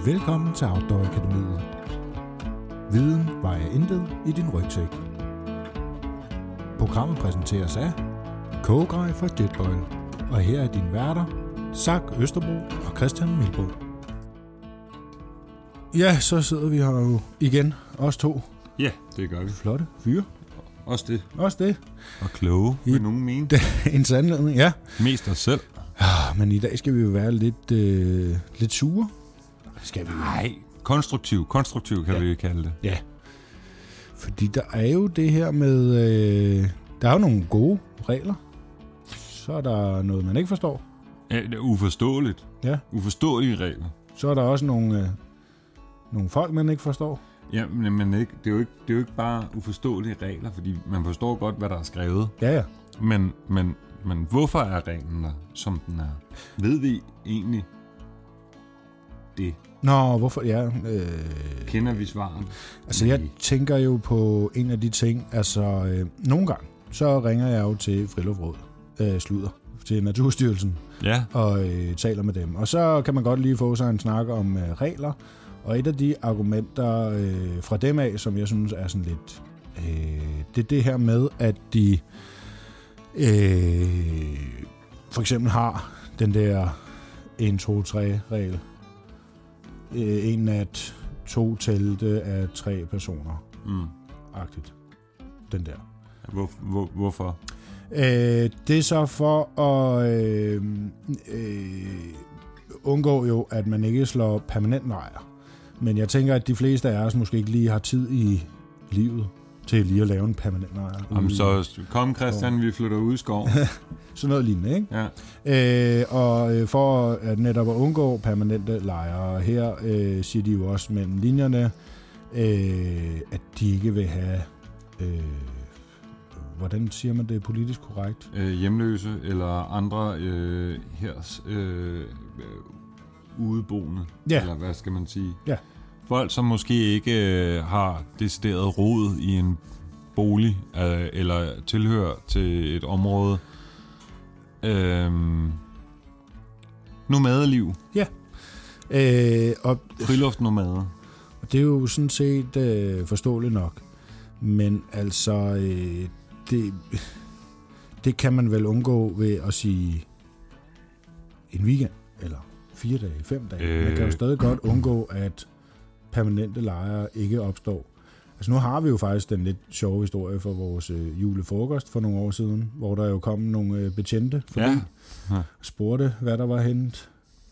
Velkommen til Outdoor Akademiet. Viden vejer intet i din rygsæk. Programmet præsenteres af Kogegrej fra Jetboil. Og her er dine værter, Zach Østerbro og Christian Milbo. Ja, så sidder vi her jo igen, os to. Ja, det gør vi. Flotte fyre. Også det. Også det. Og kloge, vil nogen mene. En sandhed, ja. Mest os selv. Men i dag skal vi jo være lidt sure. Skal vi? Nej, konstruktiv kan vi kalde det. Ja. Fordi der er jo det her med, der er jo nogle gode regler. Så er der noget, man ikke forstår. Ja, det er uforståeligt. Ja. Uforståelige regler. Så er der også nogle folk, man ikke forstår. Ja, men det er jo ikke bare uforståelige regler, fordi man forstår godt, hvad der er skrevet. Ja. Men hvorfor er reglen der, som den er? Ved vi egentlig det? Nå, hvorfor? Ja. Kender vi svaret? Altså, jeg tænker jo på en af de ting. Altså, nogle gange, så ringer jeg jo til Friluftsrådet, til Naturstyrelsen, ja. Og taler med dem. Og så kan man godt lige få sig en snak om regler. Og et af de argumenter fra dem af, som jeg synes er sådan lidt, det er det her med, at de for eksempel har den der 1-2-3-regel. En nat, 2 telte af 3 personer. Agtigt. Den der. Hvorfor? Det er så for at undgå jo, at man ikke slår permanent lejr. Men jeg tænker, at de fleste af os måske ikke lige har tid i livet til lige at lave en permanent lejr. Jamen så kom Christian, vi flytter ud i skoven. Sådan noget lignende, ikke? Ja. Og for at netop at undgå permanente lejre, her siger de jo også mellem linjerne, at de ikke vil have, hvordan siger man det politisk korrekt? Hjemløse eller andre udeboende, ja. Eller hvad skal man sige? Ja. Folk, som måske ikke har decideret rod i en bolig, eller tilhører til et område. Nomadeliv. Ja. Og friluftnomader. Og det er jo sådan set forståeligt nok. Men altså, det kan man vel undgå ved at sige en weekend, eller 4 dage, 5 dage. Man kan jo stadig godt undgå, at permanente lejre ikke opstår. Altså nu har vi jo faktisk den lidt sjove historie for vores julefrokost for nogle år siden, hvor der jo kom nogle betjente forbi og spurgte, hvad der var hent.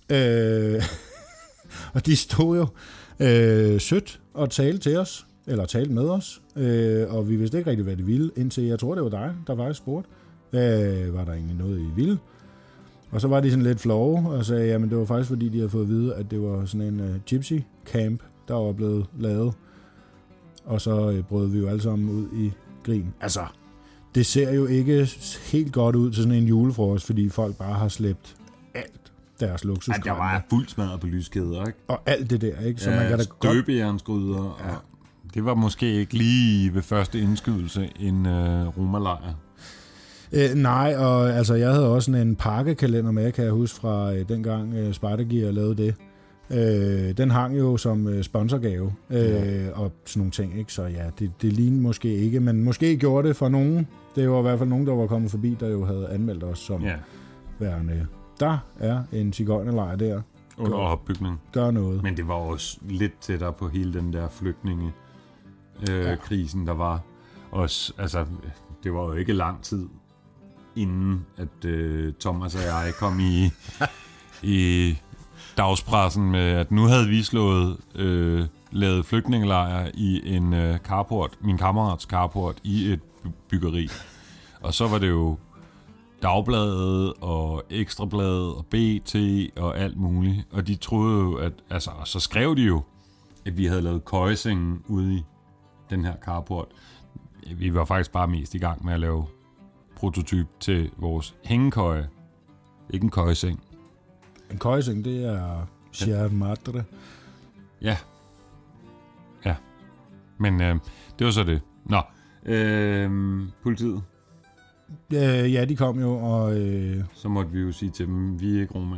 Og de stod jo sødt og talte til os, eller talte med os, og vi vidste ikke rigtig, hvad de ville, indtil jeg tror, det var dig, der faktisk spurgte, var der egentlig noget, I ville? Og så var de sådan lidt flove og sagde, jamen det var faktisk fordi, de havde fået at vide, at det var sådan en gypsy camp, der var blevet lavet. Og så brød vi jo alle sammen ud i grin. Altså, det ser jo ikke helt godt ud til sådan en julefrokost, fordi folk bare har slæbt alt deres luksuskrampe. Ja, der var fuldt smadret på lyskæder, ikke? Og alt det der, ikke? Så man kan da godt... Støbejernsgryder. Ja. Det var måske ikke lige ved første indskydelse en romerlejr. Nej, og altså jeg havde også sådan en pakkekalender med, kan jeg huske fra dengang Spartagear lavede det. Den hang jo som sponsorgave og sådan nogle ting, ikke? Så ja, det lignede måske ikke, men måske gjorde det for nogen. Det var i hvert fald nogen, der var kommet forbi, der jo havde anmeldt os som værende. Der er en sigøjnerlejr der. Under opbygning. Gør noget. Men det var også lidt tættere på hele den der flygtningekrisen, der var. Også, altså, det var jo ikke lang tid inden, at Thomas og jeg kom i dagspressen med, at nu havde vi lavet flygtningelejre i en carport, min kammerats carport, i et byggeri. Og så var det jo Dagbladet og Ekstrabladet og BT og alt muligt. Og de troede jo, at, altså, så skrev de jo, at vi havde lavet køjesengen ude i den her carport. Vi var faktisk bare mest i gang med at lave prototyp til vores hængekøje. Ikke en køjeseng. En køjeseng, det er Sierra Madre. Ja. Ja. Men det var så det. Nå. Politiet. Ja, de kom jo, og... Så måtte vi jo sige til dem, vi er ikke romaer.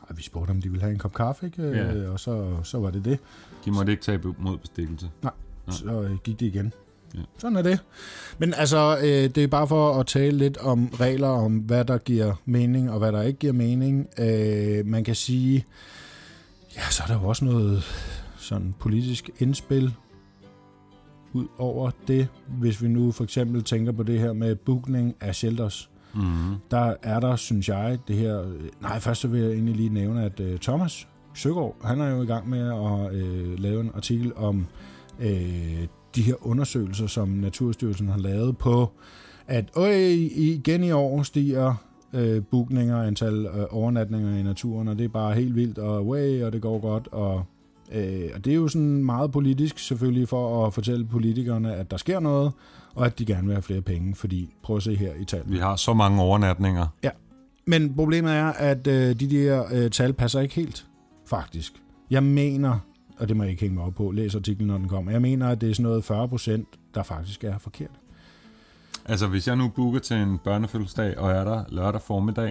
vi spurgte, om de ville have en kop kaffe, ikke? Og så var det. De måtte ikke tage mod bestikkelse. Nej, så gik det igen. Ja. Sådan er det. Men altså, det er bare for at tale lidt om regler, om hvad der giver mening, og hvad der ikke giver mening. Man kan sige, så er der jo også noget sådan politisk indspil ud over det. Hvis vi nu for eksempel tænker på det her med bookning af shelters, der er der, synes jeg, det her... først så vil jeg egentlig lige nævne, at Thomas Søgaard, han er jo i gang med at lave en artikel om de her undersøgelser, som Naturstyrelsen har lavet på, at igen i år stiger bookninger, antal overnatninger i naturen, og det er bare helt vildt, og det går godt, og det er jo sådan meget politisk selvfølgelig for at fortælle politikerne, at der sker noget, og at de gerne vil have flere penge, fordi prøv at se her i tallene. Vi har så mange overnatninger. Ja, men problemet er, at de der tal passer ikke helt, faktisk. Jeg mener, og det må jeg ikke hænge mig op på, læs artiklen, når den kommer, jeg mener, at det er sådan noget 40%, der faktisk er forkert. Altså, hvis jeg nu booker til en børnefødselsdag, og er der lørdag formiddag,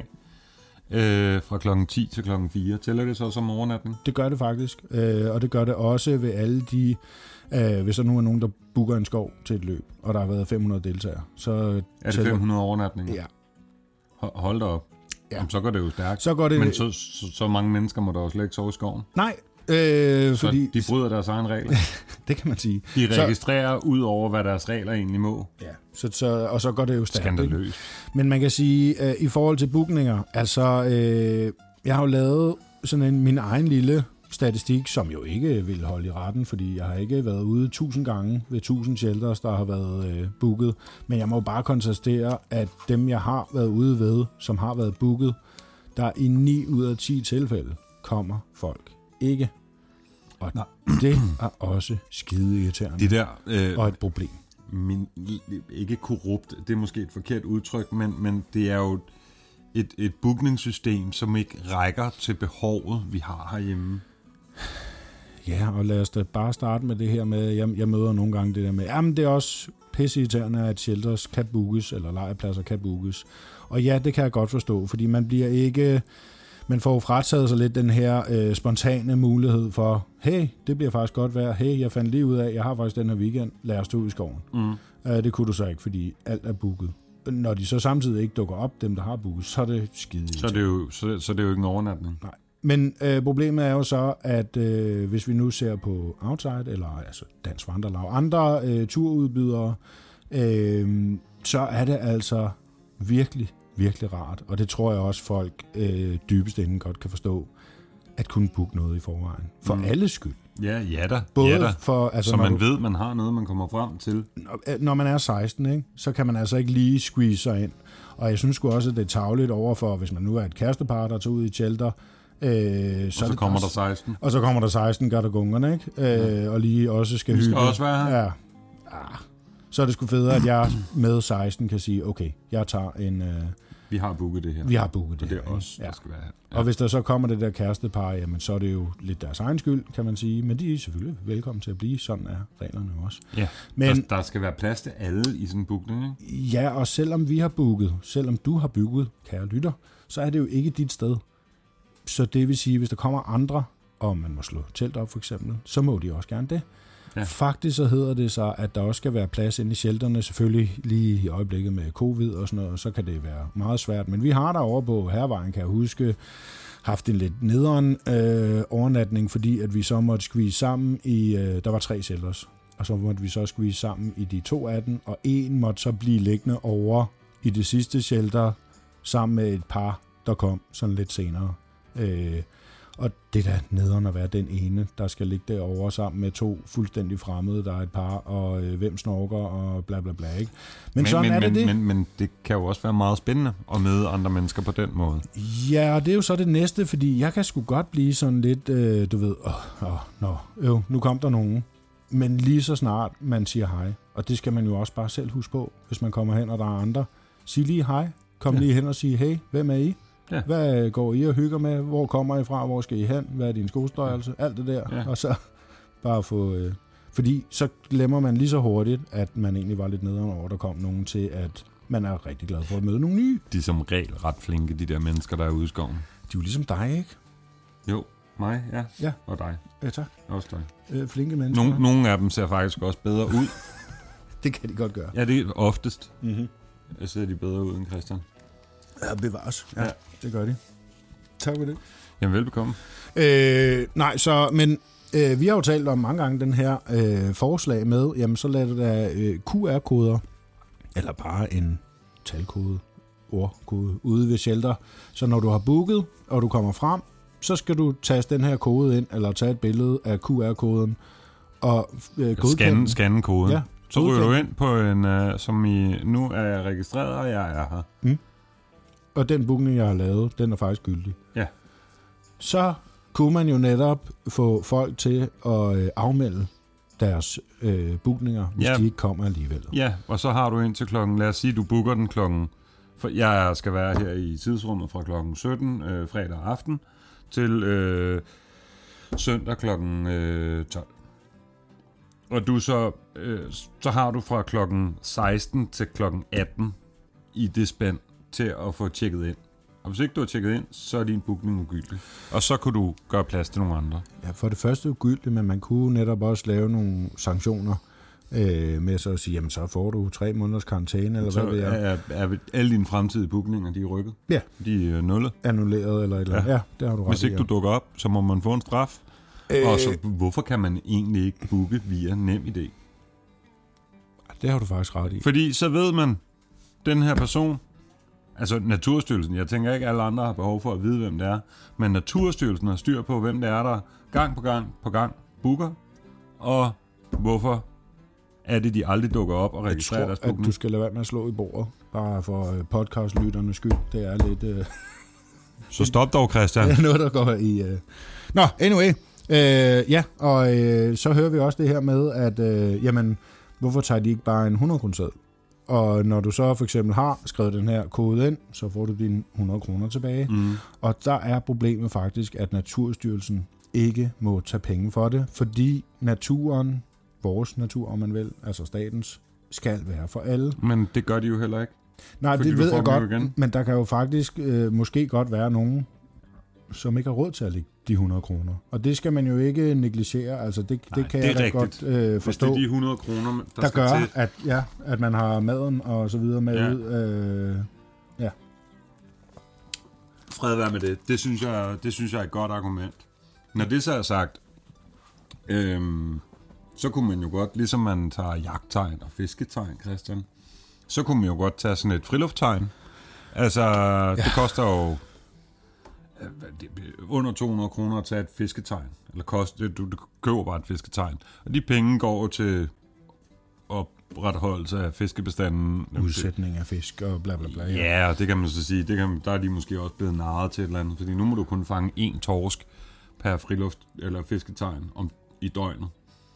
fra klokken 10 til klokken 4, tæller det så som overnatning? Det gør det faktisk, og det gør det også ved alle de, hvis der nu er nogen, der booker en skov til et løb, og der har været 500 deltagere, så... Er det 500 overnatninger? Ja. Hold da op. Ja. Jamen, så går det jo stærkt. Så går det... Men så mange mennesker må der jo slet ikke sove i skoven? Nej, så fordi... de bryder deres egen regler? Det kan man sige. De registrerer ud over, hvad deres regler egentlig må? Ja, og så går det jo stærkt. Skandaløst. Men man kan sige, i forhold til bookninger, altså, jeg har jo lavet sådan min egen lille statistik, som jo ikke vil holde i retten, fordi jeg har ikke været ude 1000 gange ved 1000 shelters, der har været booket. Men jeg må bare konstatere, at dem, jeg har været ude ved, som har været booket, der i 9 ud af 10 tilfælde kommer folk ikke. Og det er også skide irriterende. Det der, og et problem. Ikke korrupt, det er måske et forkert udtryk, men det er jo et bookningssystem, som ikke rækker til behovet, vi har herhjemme. Ja, og lad os da bare starte med det her med, jeg møder nogle gange det der med, jamen det er også pisseirriterende, at shelters kan bookes, eller lejrpladser kan bookes. Og ja, det kan jeg godt forstå, fordi man får jo frataget sig lidt den her spontane mulighed for, hey, det bliver faktisk godt vejr, hey, jeg fandt lige ud af, jeg har faktisk den her weekend, lad os stå ud i skoven. Det kunne du så ikke, fordi alt er booket. Når de så samtidig ikke dukker op, dem der har booket, så er det skide. Så er det jo ikke en overnatning. Nej. Men problemet er jo så, at hvis vi nu ser på Outside, eller altså Dansk Vandrelaug, andre turudbydere, så er det altså virkelig, virkelig rart, og det tror jeg også folk dybest inden godt kan forstå, at kunne booke noget i forvejen. For alles skyld. Ja da. Både ja da. For, altså, så man ved, man har noget, man kommer frem til. Når man er 16, ikke, så kan man altså ikke lige squeeze sig ind. Og jeg synes sgu også, at det er tarveligt overfor, hvis man nu er et kærestepar, der tager ud i shelter, så kommer der 16. Og så kommer der 16 gardergungerne, ikke? Og lige også skal hygge. Vi skal også være her. Ja. Så er det sgu federe, at jeg med 16 kan sige, okay, jeg tager en... Vi har booket det her. Vi har booket det og det er os, der skal være her. Ja. Og hvis der så kommer det der kærestepar, jamen så er det jo lidt deres egen skyld, kan man sige. Men de er selvfølgelig velkommen til at blive. Sådan er reglerne også. Ja, men der skal være plads til alle i sådan en bookning, ikke? Ja, og selvom vi har booket, selvom du har booket, kære lytter, så er det jo ikke dit sted. Så det vil sige, hvis der kommer andre, og man må slå telt op for eksempel, så må de også gerne det. Ja. Faktisk så hedder det så, at der også skal være plads inde i shelterne, selvfølgelig lige i øjeblikket med covid og sådan noget, så kan det være meget svært. Men vi har derovre på Hervejen, kan jeg huske, haft en lidt nederen overnatning, fordi at vi så måtte squeeze sammen i, der var 3 shelters, og så måtte vi så squeeze sammen i de 2 af dem, og en måtte så blive liggende over i det sidste shelter, sammen med et par, der kom sådan lidt senere. Og det er da nederen at være den ene, der skal ligge derovre sammen med 2 fuldstændig fremmede, der er et par, og hvem snorker, og bla bla bla, ikke? Men sådan er det. Men det kan jo også være meget spændende at møde andre mennesker på den måde. Ja, og det er jo så det næste, fordi jeg kan sgu godt blive sådan lidt, du ved, nu kom der nogen. Men lige så snart man siger hej, og det skal man jo også bare selv huske på, hvis man kommer hen, og der er andre. Sig lige hej, kom lige hen og sig, hey, hvem er I? Ja. Hvad går I og hygger med? Hvor kommer I fra? Hvor skal I hen? Hvad er din skostørrelse? Alt det der. Ja. Og så bare få... fordi så glemmer man lige så hurtigt, at man egentlig var lidt nederen over, der kom nogen til, at man er rigtig glad for at møde nogle nye. De er som regel ret flinke, de der mennesker, der er ude i skoven. De er jo ligesom dig, ikke? Jo, mig, ja. Ja. Og dig. Ja, tak. Også dig. Flinke mennesker. Nogle af dem ser faktisk også bedre ud. Det kan de godt gøre. Ja, det er oftest. Mm-hmm. Jeg ser de bedre ud end Christian. Ja, bevares. Ja, det gør de. Tak for det. Jamen, velbekomme. Nej, så, men vi har jo talt om mange gange den her forslag med, jamen så lader du da QR-koder, eller bare en talkode, ordkode, ude ved shelter. Så når du har booket, og du kommer frem, så skal du taste den her kode ind, eller tage et billede af QR-koden, og scanne koden. Ja, så ryger du ind på en, som i, nu er jeg registreret, og jeg er her. Mm. Og den bookning, jeg har lavet, den er faktisk gyldig. Ja. Så kunne man jo netop få folk til at afmelde deres bookninger, hvis de ikke kommer alligevel. Ja, og så har du ind til klokken, lad os sige, du booker den klokken, for jeg skal være her i tidsrummet fra klokken 17 fredag aften til søndag klokken 12. Og du så har du fra klokken 16 til klokken 18 i det spænd til at få tjekket ind. Og hvis ikke du har tjekket ind, så er din bookning ugyldig. Og så kunne du gøre plads til nogle andre. Ja, for det første ugyldigt, men man kunne netop også lave nogle sanktioner med så at sige, jamen så får du 3 måneders karantæne, eller så hvad ved jeg. Er alle dine fremtidige bookninger, de er rykket? Ja. De er nullet? Annulleret eller et eller andet. Ja, det har du ret i. Hvis ikke du dukker op, så må man få en straf. Og så hvorfor kan man egentlig ikke booke via NemID? Det har du faktisk ret i. Fordi så ved man, den her person, altså Naturstyrelsen, jeg tænker ikke, at alle andre har behov for at vide, hvem det er, men Naturstyrelsen har styr på, hvem det er, der gang på gang booker, og hvorfor er det, de aldrig dukker op og registrerer deres bookning. At du skal lade være med at slå i bordet, bare for podcastlytternes skyld. Det er lidt... Så stop dog, Christian. Det er noget, der går i... Nå, anyway. Så hører vi også det her med, at jamen, hvorfor tager de ikke bare en 100-kroneseddel? Og når du så for eksempel har skrevet den her kode ind, så får du dine 100 kroner tilbage. Mm. Og der er problemet faktisk, at Naturstyrelsen ikke må tage penge for det, fordi naturen, vores natur, om man vil, altså statens, skal være for alle. Men det gør de jo heller ikke. Nej, det ved jeg godt, men der kan jo faktisk måske godt være nogen, som ikke har råd til at lægge de 100 kroner. Og det skal man jo ikke negligere, altså det kan jeg da godt forstå. Hvis det er de 100 kroner, der gør, at man har maden og så videre med ud. Fred være med det. Det synes jeg er et godt argument. Når det så er sagt, så kunne man jo godt, ligesom man tager jagttegn og fisketegn, Christian, så kunne man jo godt tage sådan et friluftstegn. Altså, det koster jo under 200 kroner at tage et fisketegn. Eller du køber bare et fisketegn. Og de penge går til opretholdelse af fiskebestanden. Udsætning af fisk og bla bla bla. Ja, og det kan man så sige. Der er de måske også blevet narret til et eller andet. Fordi nu må du kun fange 1 torsk per friluft eller fisketegn i døgnet.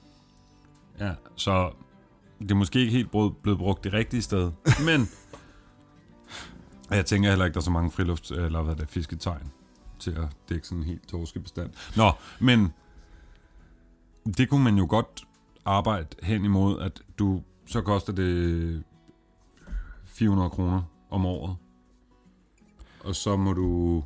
Ja, så det er måske ikke helt blevet brugt det rigtige sted. Men jeg tænker heller ikke, der er så mange fisketegn til at dække sådan en helt torskebestand. Nå, men det kunne man jo godt arbejde hen imod, at så koster det 400 kroner om året. Og så må du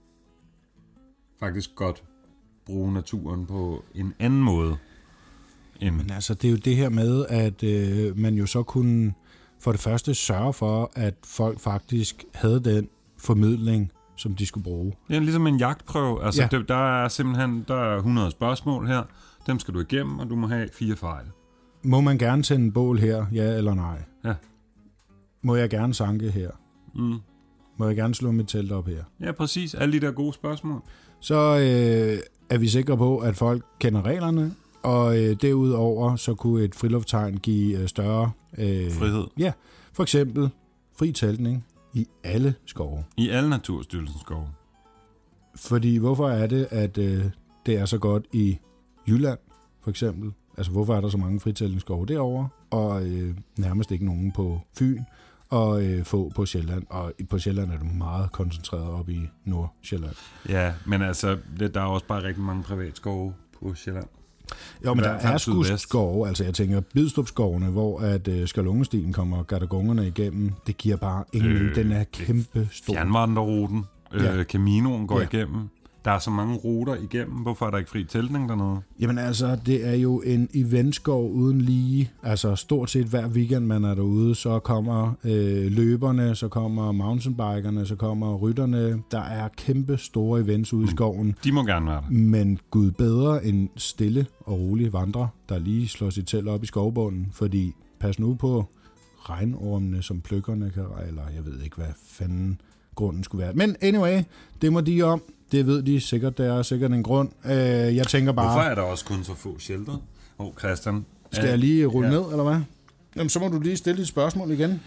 faktisk godt bruge naturen på en anden måde. Men altså, det er jo det her med, at man jo så kunne for det første sørge for, at folk faktisk havde den formidling, som de skulle bruge. Ja, ligesom en jagtprøve. Altså, ja. Der er simpelthen 100 spørgsmål her. Dem skal du igennem, og du må have 4 fejl. Må man gerne tænde en bål her, ja eller nej? Ja. Må jeg gerne sanke her? Mm. Må jeg gerne slå mit telt op her? Ja, præcis. Alle de der gode spørgsmål. Så er vi sikre på, at folk kender reglerne, og derudover så kunne et friluftstegn give større frihed. Ja, for eksempel fri teltning i alle skove. I alle Naturstyrelsens skove. Fordi hvorfor er det, at det er så godt i Jylland, for eksempel? Altså hvorfor er der så mange fritæltningsskove derovre, og nærmest ikke nogen på Fyn, og få på Sjælland. Og på Sjælland er det meget koncentreret op i Nordsjælland. Ja, men altså, der er også bare rigtig mange privatskove på Sjælland. Jo, men der er sgu skove, altså jeg tænker Bidstrup-skovene, hvor at Skalungestien kommer Gatagungerne igennem, det giver bare ingen den er kæmpe stor. Fjernvandrerruten, Caminoen går igennem. der er så mange ruter igennem. Hvorfor er der ikke fri teltning dernede? Jamen altså, det er jo en eventskov uden lige. Altså stort set hver weekend, man er derude, så kommer løberne, så kommer mountainbikerne, så kommer rytterne. Der er kæmpe store events ude i skoven. De må gerne være der. Men gud bedre en stille og rolig vandrer, der lige slår sit telt op i skovbunden. Fordi pas nu på regnormene, som pløkkerne kan, eller jeg ved ikke, hvad fanden grunden skulle være. Men anyway, det må de om. Det ved de sikkert. Der er sikkert en grund. Jeg tænker bare... Hvorfor er der også kun så få shelter? Christian. Skal jeg lige rulle ned, eller hvad? Jamen, så må du lige stille dit spørgsmål igen.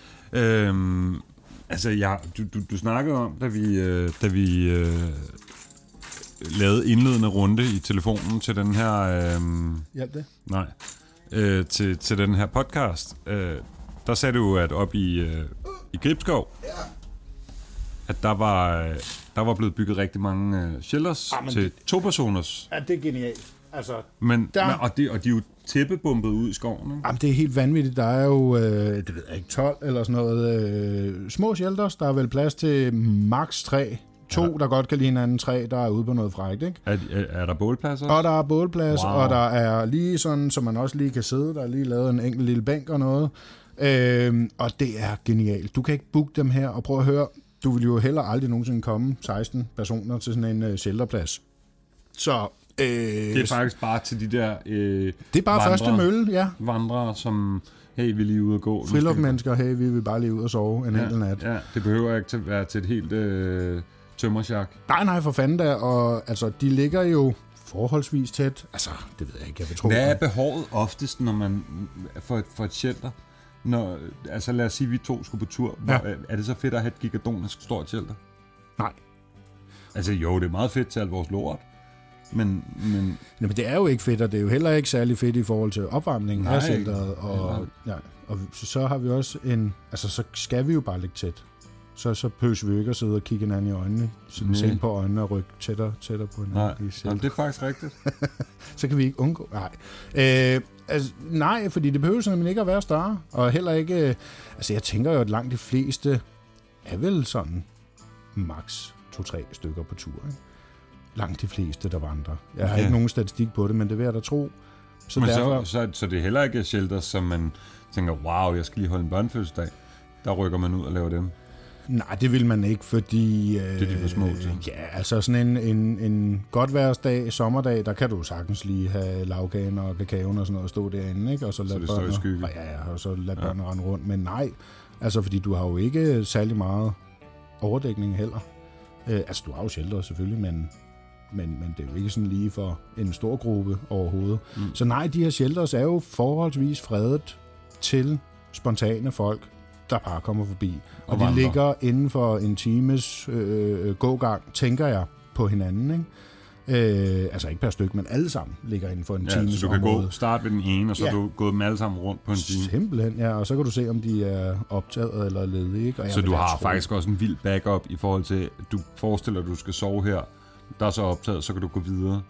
Altså, du snakkede om, da vi lavede indledende runde i telefonen til den her... Hjælp det? Nej. Til den her podcast. Der sagde du, at op i Gribskov, at der var blevet bygget rigtig mange shelters til 2-personers. Ja, det er genialt. Altså, og de er jo tæppebumpet ud i skoven. Ikke? Jamen, det er helt vanvittigt. Der er jo, det ved jeg ikke, 12 eller sådan noget små shelters. Der er vel plads til max 3. 2, der godt kan lide hinanden, 3, der er ude på noget frækt, ikke? Er der bålpladser? Og der er bålplads, wow. Og der er lige sådan, så man også lige kan sidde. Der er lige lavet en enkelt lille bænk og noget. Og det er genialt. Du kan ikke booke dem her, og prøv at høre, du vil jo heller aldrig nogensinde komme 16 personer til sådan en shelterplads. Så... det er faktisk bare til de der det er bare første mølle, ja. Vandrere, som, hey, vi er lige ude at gå. Friluftmennesker, hey, vi vil bare lige ud og sove en enkelt nat. Ja, det behøver ikke at være til et helt tømmersjak. Nej, for fanden da. Og altså, de ligger jo forholdsvis tæt. Altså, det ved jeg ikke, jeg vil tro. Hvad er behovet oftest, når man for et shelter? Altså, lad os sige, at vi to skulle på tur. Ja. Er det så fedt at have et gigadonisk stort shelter? Nej. Altså, jo, det er meget fedt til alt vores lort. Men det er jo ikke fedt, og det er jo heller ikke særlig fedt i forhold til opvarmningen af shelteret. Og så har vi også så skal vi jo bare ligge tæt. Så pøser vi ikke at sidde og kigge hinanden i øjnene, se på øjnene og rykke tættere på hinanden. Nej, det er faktisk rigtigt. Så kan vi ikke undgå. Nej, fordi det behøver simpelthen ikke at være større. Og heller ikke... Altså, jeg tænker jo, at langt de fleste er vel sådan max 2-3 stykker på tur, ikke? Langt de fleste, der vandrer. Jeg har ikke nogen statistik på det, men det vil jeg da tro. Så det er heller ikke shelters, som man tænker, wow, jeg skal lige holde en børnefødselsdag. Der rykker man ud og laver dem. Nej, det vil man ikke, fordi... det er de for små til. Ja, altså sådan en godværsdag, sommerdag, der kan du sagtens lige have lavkagen og kakaoen og sådan noget stå derinde, ikke? Og så lade børnene børnene rende rundt. Men nej, altså fordi du har jo ikke særlig meget overdækning heller. Altså du har jo shelter selvfølgelig, men det er jo ikke sådan lige for en stor gruppe overhovedet. Så nej, de her shelters er jo forholdsvis fredet til spontane folk, der bare kommer forbi. Og de ligger inden for en times gågang, tænker jeg, på hinanden, ikke? Altså ikke per stykke, men alle sammen ligger inden for en times så du kan gå starte ved den ene, og så du gået dem alle sammen rundt på en time. Simpelthen, ja, og så kan du se, om de er optaget eller ledige, ikke? Så du har faktisk også en vild backup i forhold til, du forestiller, at du skal sove her, der er så optaget, så kan du gå videre.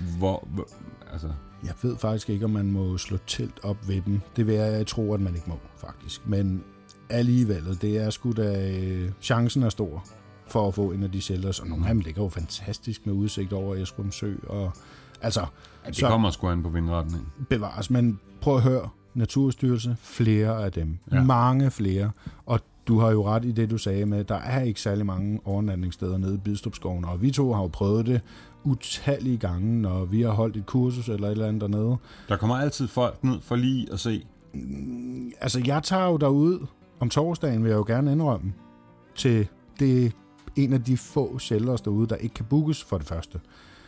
Altså... Jeg ved faktisk ikke, om man må slå telt op ved dem. Det vil jeg tro, at man ikke må, faktisk. Men alligevel, det er sgu da... chancen er stor for at få en af de shelters, og nogle af dem ligger jo fantastisk med udsigt over Esrum Sø, og altså... Ja, det kommer sgu an på vindretning. Bevares, men prøv at høre, Naturstyrelse, flere af dem. Ja. Mange flere, og du har jo ret i det, du sagde med, der er ikke særlig mange overnatningssteder nede i Bidstrupskoven, og vi to har jo prøvet det utallige gange, når vi har holdt et kursus eller et eller andet dernede. Der kommer altid folk ned for lige at se. Altså, jeg tager jo derud om torsdagen, vil jeg jo gerne indrømme, til det en af de få shelters derude, der ikke kan bookes for det første.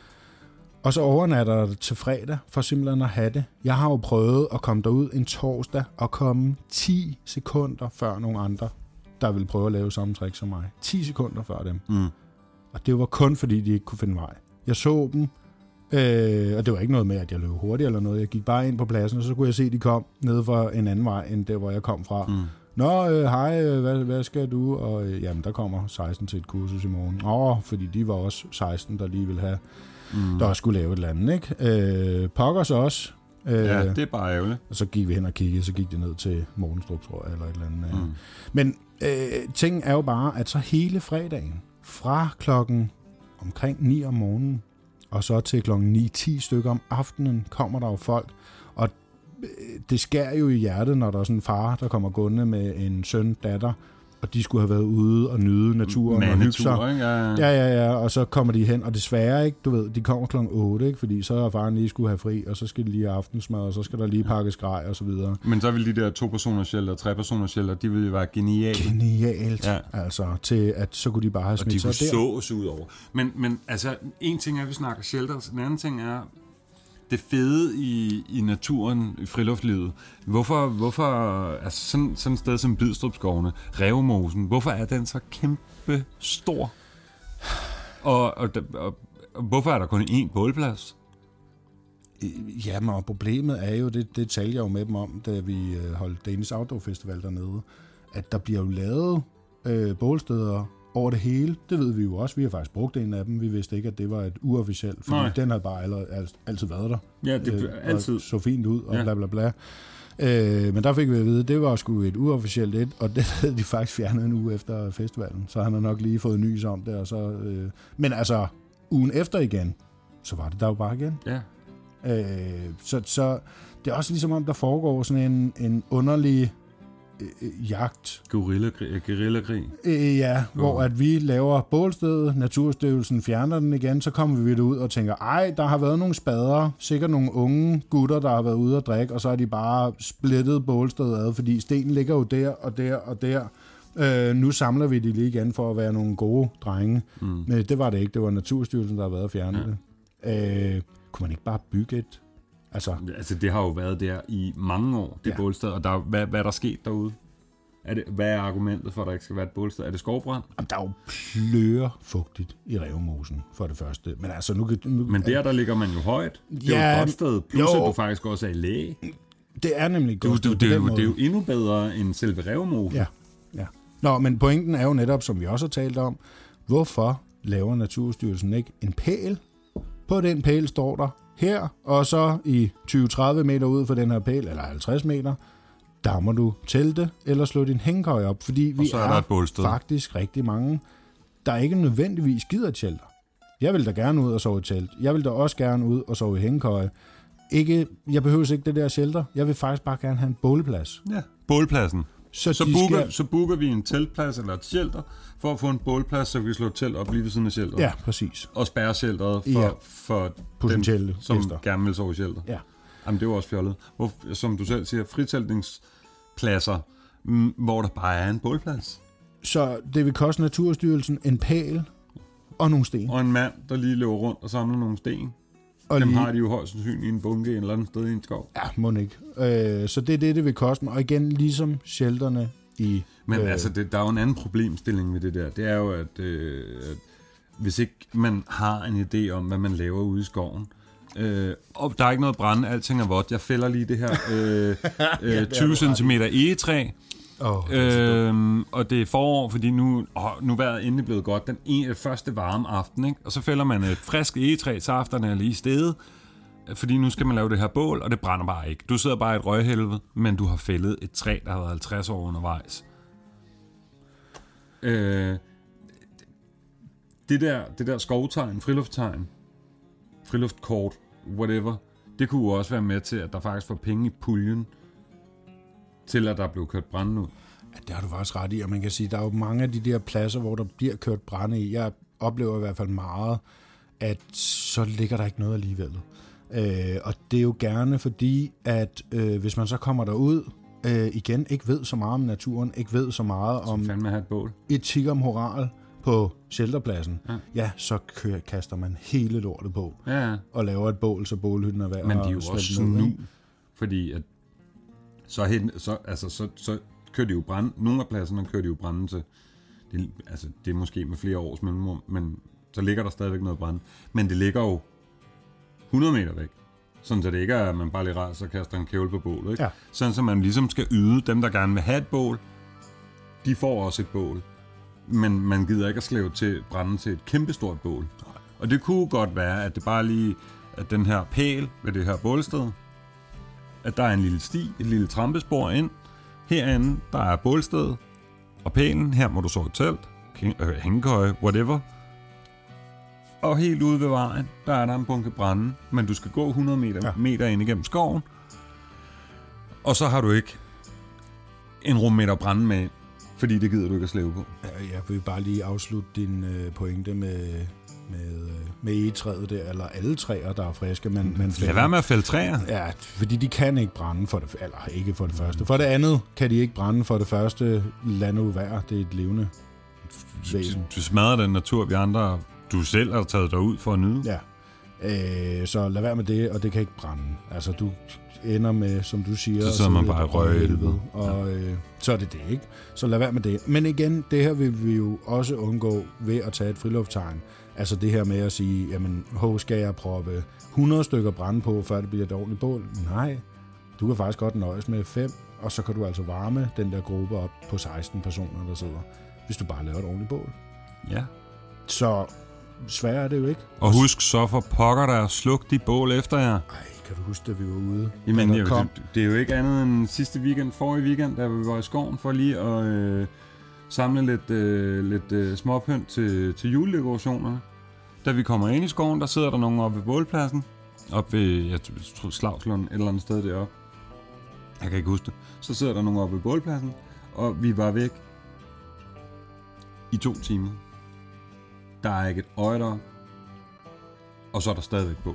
Og så overnatter jeg til fredag, for simpelthen at have det. Jeg har jo prøvet at komme derud en torsdag og komme 10 sekunder før nogle andre, der vil prøve at lave samme trick som mig. 10 sekunder før dem. Og det var kun fordi, de ikke kunne finde vej. Jeg så dem, og det var ikke noget med, at jeg løb hurtigt eller noget. Jeg gik bare ind på pladsen, og så kunne jeg se, at de kom ned fra en anden vej, end der, hvor jeg kom fra. Nå, hej, hvad skal du? Og jamen, der kommer 16 til et kursus i morgen. Fordi de var også 16, der lige ville have, der skulle lave et eller andet, ikke? Pokkers også. Ja, det er bare ærgerligt. Og så gik vi hen og kiggede, så gik det ned til Morgenstrup, tror jeg, eller et eller andet. Men tingen er jo bare, at så hele fredagen, fra klokken omkring 9 om morgenen, og så til klokken 9-10 stykker om aftenen kommer der jo folk, og det skærer jo i hjertet, når der er sådan en far, der kommer gående med en søn, datter, og de skulle have været ude og nyde naturen og hygge sig. Ja, og så kommer de hen, og desværre ikke, du ved, de kommer klokken 8, ikke, fordi så er faren lige skulle have fri, og så skal de lige have aftensmad, og så skal der lige pakkes grej og så videre. Men så vil de der 2-personers shelter, 3-personers shelter, de ville jo være genialt, altså, til at så kunne de bare have smidt sig der. Og de kunne sås ud over. Men altså, en ting er, at vi snakker shelters, en anden ting er, det fede i naturen, i friluftlivet. Hvorfor altså sådan et sted som Bidstrup-skovene, Rævemosen, hvorfor er den så kæmpe stor? Og hvorfor er der kun én bålplads? Jamen, og problemet er jo, det talte jeg jo med dem om, da vi holdt Danish Outdoor Festival dernede, at der bliver jo lavet bålsteder over det hele. Det ved vi jo også. Vi har faktisk brugt en af dem. Vi vidste ikke, at det var et uofficielt, fordi den havde bare altid været der. Ja, det altid. Så fint ud, og bla bla bla. Men der fik vi at vide, at det var sgu et uofficielt et, og det havde de faktisk fjernet en uge efter festivalen. Så han har nok lige fået nys om det. Og så, men altså, ugen efter igen, så var det der jo bare igen. Ja. Så det er også ligesom om, der foregår sådan en underlig jagt. Guerillakrig. Hvor at vi laver bålstedet, Naturstyrelsen fjerner den igen, så kommer vi ud og tænker, ej, der har været nogle spader, sikkert nogle unge gutter, der har været ude at drikke, og så er de bare splittet bålstedet ad, fordi stenen ligger jo der og der og der. Nu samler vi de lige igen for at være nogle gode drenge. Men det var det ikke, det var Naturstyrelsen, der har været at fjerne det. Kunne man ikke bare bygge et? Altså, det har jo været der i mange år, det bålsted, og der, hvad er der sket derude? Hvad er argumentet for, at der ikke skal være et bålsted? Er det skovbrand? Der er jo plørefugtigt i Rævemosen, for det første. Men altså, men der ligger man jo højt. Det er jo et godt sted, plus at du faktisk også er i læge. Det er nemlig godt. Det er jo endnu bedre end selve Rævemosen. Ja. Nå, men pointen er jo netop, som vi også har talt om, hvorfor laver Naturstyrelsen ikke en pæl? På den pæl står der her, og så i 20-30 meter ud for den her pæl, eller 50 meter, der må du telte eller slå din hængekøj op, fordi vi er faktisk rigtig mange, der ikke nødvendigvis gider et shelter. Jeg vil da gerne ud og sove i telt. Jeg vil da også gerne ud og sove i hængekøje. Jeg behøver ikke det der shelter. Jeg vil faktisk bare gerne have en bålplads. Ja, bålpladsen. Så booker vi en teltplads eller et shelter, for at få en bålplads, så vi kan slå et telt op lige ved siden af shelteret. Ja, præcis. Og spærre shelteret for potentielle dem, som gæster gerne vil sove i shelter. Ja. Jamen, det er jo også fjollet. Som du selv siger, fritæltningspladser, hvor der bare er en bålplads. Så det vil koste Naturstyrelsen en pæl og nogle sten. Og en mand, der lige løber rundt og samler nogle sten. Og dem har de jo højst sandsynligt i en bunke en eller anden sted i en skov. Ja, må ikke. Så det er det vil koste mig. Og igen, ligesom shelterne i... Men altså, der er jo en anden problemstilling ved det der. Det er jo, at hvis ikke man har en idé om, hvad man laver ude i skoven, og der er ikke noget brænde, alting er vådt. Jeg fælder lige det her 20 cm egetræ. Og det er forår, fordi nu er vejret endelig blevet godt. Den første varme aften, ikke? Og så fælder man et frisk egetræ, så aftenen er lige steget, fordi nu skal man lave det her bål, og det brænder bare ikke. Du sidder bare i et røghelvede, men du har fældet et træ, der har været 50 år undervejs. Det der skovtegn, friluftstegn, friluftkort, whatever, det kunne jo også være med til, at der faktisk var penge i puljen til, at der blev kørt brænde ud. Ja, det har du faktisk ret i, og man kan sige, at der er jo mange af de der pladser, hvor der bliver kørt brænde i. Jeg oplever i hvert fald meget, at så ligger der ikke noget alligevel. Og det er jo gerne fordi, at hvis man så kommer derud, igen ikke ved så meget om naturen, ikke ved så meget om et bål. Etik om moral på shelterpladsen, så kaster man hele lortet på og laver et bål, så bålhytten er værd. Men de er jo også snu, fordi at så kører de jo brænde. Nogle af pladserne kører de jo brænde til. Det er måske med flere års mellemrum, men så ligger der stadigvæk noget brænde. Men det ligger jo 100 meter væk. Sådan så det ikke er, at man bare lige rejser og kaster en kævle på bålet. Ikke? Ja. Sådan så man ligesom skal yde. Dem, der gerne vil have et bål, de får også et bål. Men man gider ikke at slæve til brænde til et kæmpestort bål. Og det kunne godt være, at det bare lige, at den her pæl ved det her bålsted, at der er en lille sti, et lille trampespor ind. Herinde, der er bålstedet og pælen. Her må du sove i telt, hængekøje, whatever. Og helt ude ved vejen, der er der en bunke brænde, men du skal gå 100 meter ind igennem skoven, og så har du ikke en rummeter brænde med ind, fordi det gider du ikke at slæve på. Ja, jeg vil bare lige afslutte din pointe med egetræet der, eller alle træer, der er friske. Lad være med at fælde træer. Ja, fordi de kan ikke brænde for det, eller ikke for det første. For det andet kan de ikke brænde for det første. Lad nu være, det er et levende væsen. Du smadrer den natur, vi andre, du selv har taget dig ud for at nyde. Ja, så lad være med det, og det kan ikke brænde. Altså, du ender med, som du siger, så sidder man bare i røghelvede. Og så er det det, ikke? Så lad være med det. Men igen, det her vil vi jo også undgå ved at tage et friluftstegn. Altså det her med at sige, jamen, skal jeg proppe 100 stykker brænde på, før det bliver et ordentligt bål? Nej, du kan faktisk godt nøjes med 5, og så kan du altså varme den der gruppe op på 16 personer, der sidder, hvis du bare laver et ordentligt bål. Ja. Så sværere er det jo ikke. Og husk så for pokker der, sluk de bål efter jer. Ej, kan du huske, da vi var ude? Jamen, det er jo ikke andet end forrige weekend, da vi var i skoven for lige at samle lidt småpynt til juledekorationerne. Da vi kommer ind i skoven, der sidder der nogen oppe ved bålpladsen. Oppe ved, jeg tror, Slavslund, et eller andet sted deroppe. Jeg kan ikke huske det. Så sidder der nogen oppe ved bålpladsen, og vi var væk i 2 timer. Der er ikke et øje der, og så er der stadigvæk bål.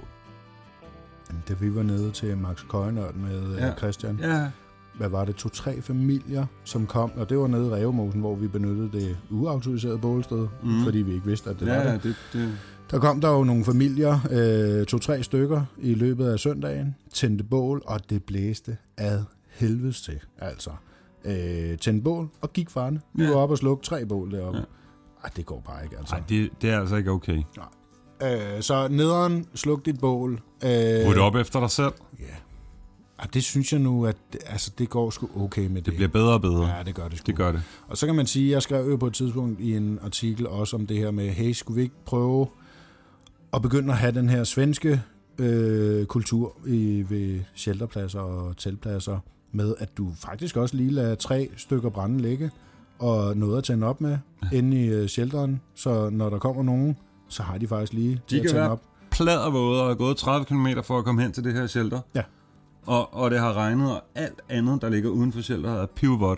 Da vi var nede til Max Køjenørd med Christian, hvad var det, 2-3 familier, som kom, og det var nede i Rævemosen, hvor vi benyttede det uautoriserede bålsted, fordi vi ikke vidste, at det var det. Der kom der jo nogle familier, 2-3 stykker i løbet af søndagen, tændte bål, og det blæste ad helvedes til, altså. Tændte bål og gik farne. Vi var oppe og slukke 3 bål deroppe. Ja. Ej, det går bare ikke, altså. Nej, det er altså ikke okay. Nej. Så nederen, sluk dit bål. Rydde op efter dig selv. Ja. Og det synes jeg nu, at det går sgu okay med det. Det bliver bedre og bedre. Ja, det gør det sgu. Det gør det. Og så kan man sige, jeg skrev jo på et tidspunkt i en artikel også om det her med, hey, skulle vi ikke prøve at begynde at have den her svenske kultur ved shelterpladser og teltpladser, med at du faktisk også lige lader 3 stykker brænde ligge, og noget at tænde op med inde i shelteren, så når der kommer nogen, så har de faktisk lige til at tænde op. Pladervåde og er gået 30 km for at komme hen til det her shelter. Ja. Og det har regnet, og alt andet, der ligger uden for shelteret, er pivvådt.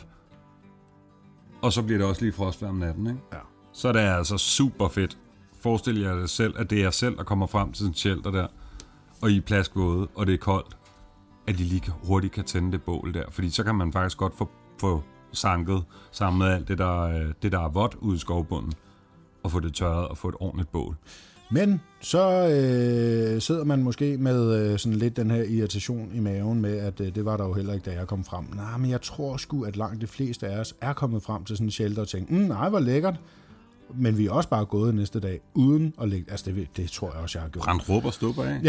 Og så bliver det også lige frostvejr om natten, ikke? Ja. Så det er altså super fedt. Forestil jer det selv, at det er jer selv, der kommer frem til sådan et shelter der, og I er plaskvåde, og det er koldt, at I lige hurtigt kan tænde det bål der. Fordi så kan man faktisk godt få sanket sammen med alt det, der er vådt ude i skovbunden, og få det tørret og få et ordentligt bål. Men så sidder man måske med sådan lidt den her irritation i maven med, at det var der jo heller ikke, da jeg kom frem. Nej, men jeg tror sgu, at langt de fleste af os er kommet frem til sådan en shelter og tænkt, nej, hvor lækkert. Men vi er også bare gået næste dag, uden at lægge... Altså, det tror jeg også, jeg har gjort. Brændt råb og stupper af.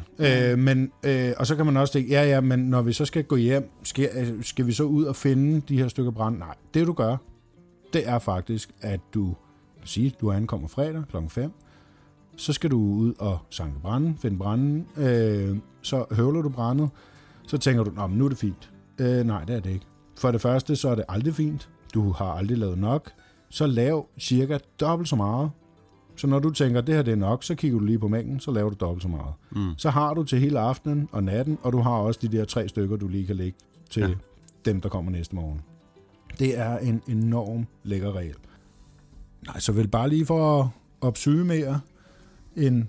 Ja. Og så kan man også tænke, men når vi så skal gå hjem, skal vi så ud og finde de her stykker brand? Nej, det du gør, det er faktisk, at du ankommer fredag kl. 5, så skal du ud og sanke branden, finde branden, så høvler du brændet, så tænker du, men nu er det fint. Nej, det er det ikke. For det første, så er det aldrig fint. Du har aldrig lavet nok. Så lav cirka dobbelt så meget. Så når du tænker, det her det er nok, så kigger du lige på mængden, så laver du dobbelt så meget. Så har du til hele aftenen og natten, og du har også de der 3 stykker, du lige kan lægge til dem, der kommer næste morgen. Det er en enorm lækker regel. Nej, så vel bare lige for at opsumere en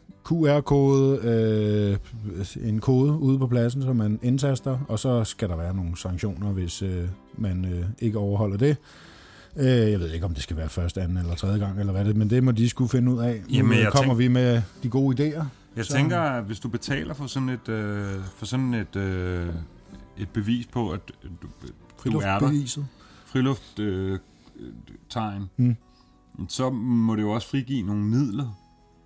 QR-kode, en kode ude på pladsen, som man indtaster, og så skal der være nogle sanktioner, hvis man ikke overholder det. Jeg ved ikke, om det skal være første, anden eller tredje gang, eller hvad det, men det må de skulle finde ud af. Jamen, kommer vi med de gode idéer. Jeg tænker, at hvis du betaler for sådan et bevis på, at du er der, frilufttegn, så må det jo også frigive nogle midler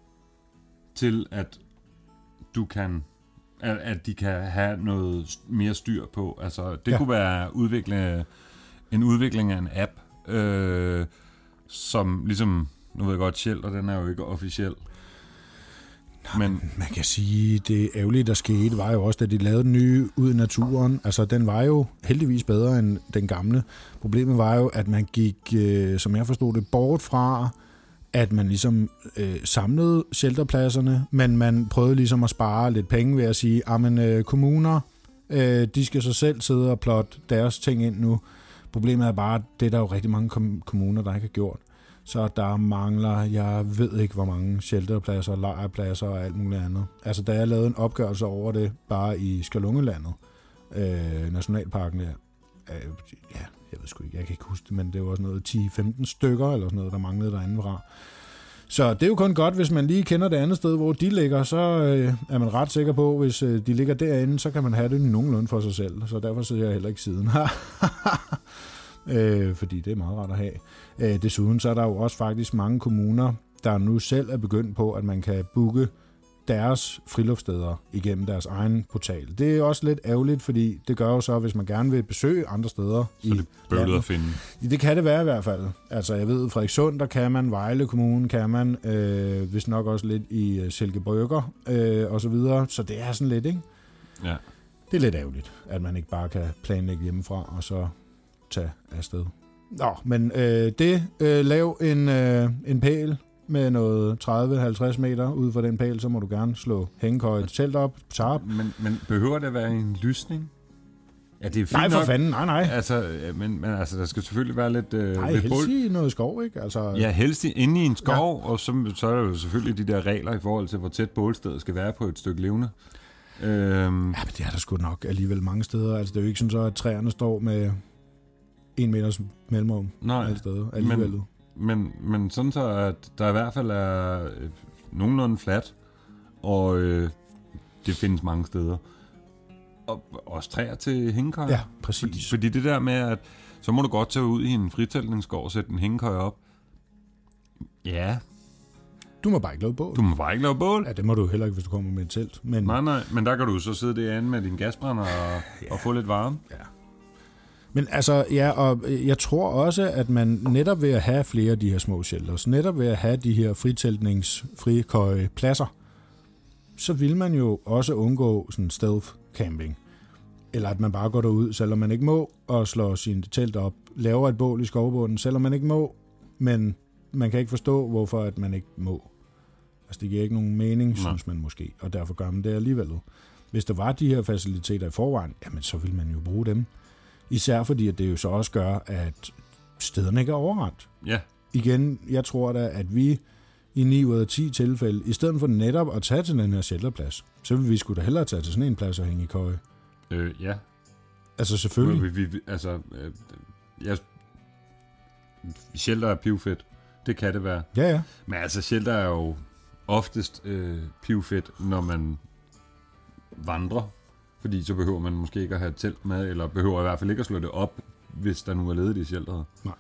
til, at du kan, at de kan have noget mere styr på. Altså, det kunne være en udvikling af en app, som ligesom, nu ved jeg godt, Shelter, den er jo ikke officiel. Men man kan sige, det ærgerlige, der skete, var jo også, da de lavede den nye ud i naturen. Altså, den var jo heldigvis bedre end den gamle. Problemet var jo, at man gik, som jeg forstod det, bort fra at man ligesom samlede shelterpladserne, men man prøvede ligesom at spare lidt penge ved at sige, at kommuner, de skal så selv sidde og plotte deres ting ind nu. Problemet er bare, at det er der jo rigtig mange kommuner, der ikke har gjort. Så der mangler, jeg ved ikke, hvor mange shelterpladser, lejrpladser og alt muligt andet. Altså, da jeg lavede en opgørelse over det, bare i Skalungelandet, nationalparken der, jeg ved sgu ikke, jeg kan ikke huske det, men det var sådan noget 10-15 stykker, eller sådan noget, der manglede derinde fra. Så det er jo kun godt, hvis man lige kender det andet sted, hvor de ligger, så er man ret sikker på, hvis de ligger derinde, så kan man have det nogenlunde for sig selv. Så derfor sidder jeg heller ikke siden her. Fordi det er meget rart at have. Desuden så er der jo også faktisk mange kommuner, der nu selv er begyndt på, at man kan booke deres friluftssteder igennem deres egen portal. Det er også lidt ærgerligt, fordi det gør jo så, hvis man gerne vil besøge andre steder så det bøvlet at finde. Det kan det være i hvert fald. Altså jeg ved, Frederikssund, der kan man, Vejle Kommune kan man, hvis nok også lidt i Silkebrygger og så videre. Så det er sådan lidt, ikke? Ja. Det er lidt ærgerligt, at man ikke bare kan planlægge hjemmefra og så tage afsted. Nå, men lav en pæl med noget 30-50 meter ud fra den pæl, så må du gerne slå hængekøje telt op, tarp. Men behøver det at være en lysning? Ja, det er fint nej, for nok. fanden, nej. Altså, men altså, der skal selvfølgelig være lidt... nej, helst i noget skov, ikke? Altså, ja, helst inde i en skov, og så er der jo selvfølgelig de der regler i forhold til, hvor tæt bålstedet skal være på et stykke levende. Ja, men det er der sgu nok alligevel mange steder. Altså, det er jo ikke sådan så, at træerne står med 1 meters mellemrum alle steder alligevel. Men sådan så, at der i hvert fald er nogenlunde fladt, og det findes mange steder. Og også træer til hængekøjer. Ja, præcis. Fordi det der med, at så må du godt tage ud i en fritæltningsskov og sætte en hængekøje op. Ja. Du må bare ikke lave bål. Du må bare ikke lave bål. Ja, det må du heller ikke, hvis du kommer med et telt. Men... Nej, men der kan du så sidde derinde med din gasbrænder og få lidt varme. Ja. Men altså, ja, og jeg tror også, at man netop ved at have flere af de her små shelters, netop ved at have de her fritæltningsfrikøjepladser, så vil man jo også undgå sådan stealth camping. Eller at man bare går derud, selvom man ikke må, og slår sin telt op, laver et bål i skovbunden, selvom man ikke må, men man kan ikke forstå, hvorfor at man ikke må. Altså, det giver ikke nogen mening, synes man måske, og derfor gør man det alligevel. Hvis der var de her faciliteter i forvejen, jamen så vil man jo bruge dem. Især fordi, at det jo så også gør, at stederne ikke er overrendt. Ja. Igen, jeg tror da, at vi i 9 ud af 10 tilfælde, i stedet for netop at tage til den her shelterplads, så vil vi sgu da hellere tage til sådan en plads og hænge i køje. Ja. Altså selvfølgelig. Shelter er pivfedt. Det kan det være. Ja. Men altså, shelter er jo oftest pivfedt, når man vandrer. Fordi så behøver man måske ikke at have et telt med, eller behøver i hvert fald ikke at slå det op, hvis der nu er ledigt i shelteret. Nej.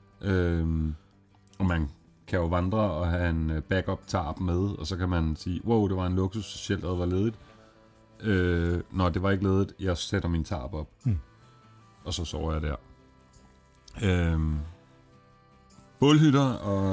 Og man kan jo vandre og have en backup tarp med, og så kan man sige, wow, det var en luksus, shelteret var ledigt. Når det var ikke ledigt, jeg sætter min tarp op. Og så sover jeg der. Bålhytter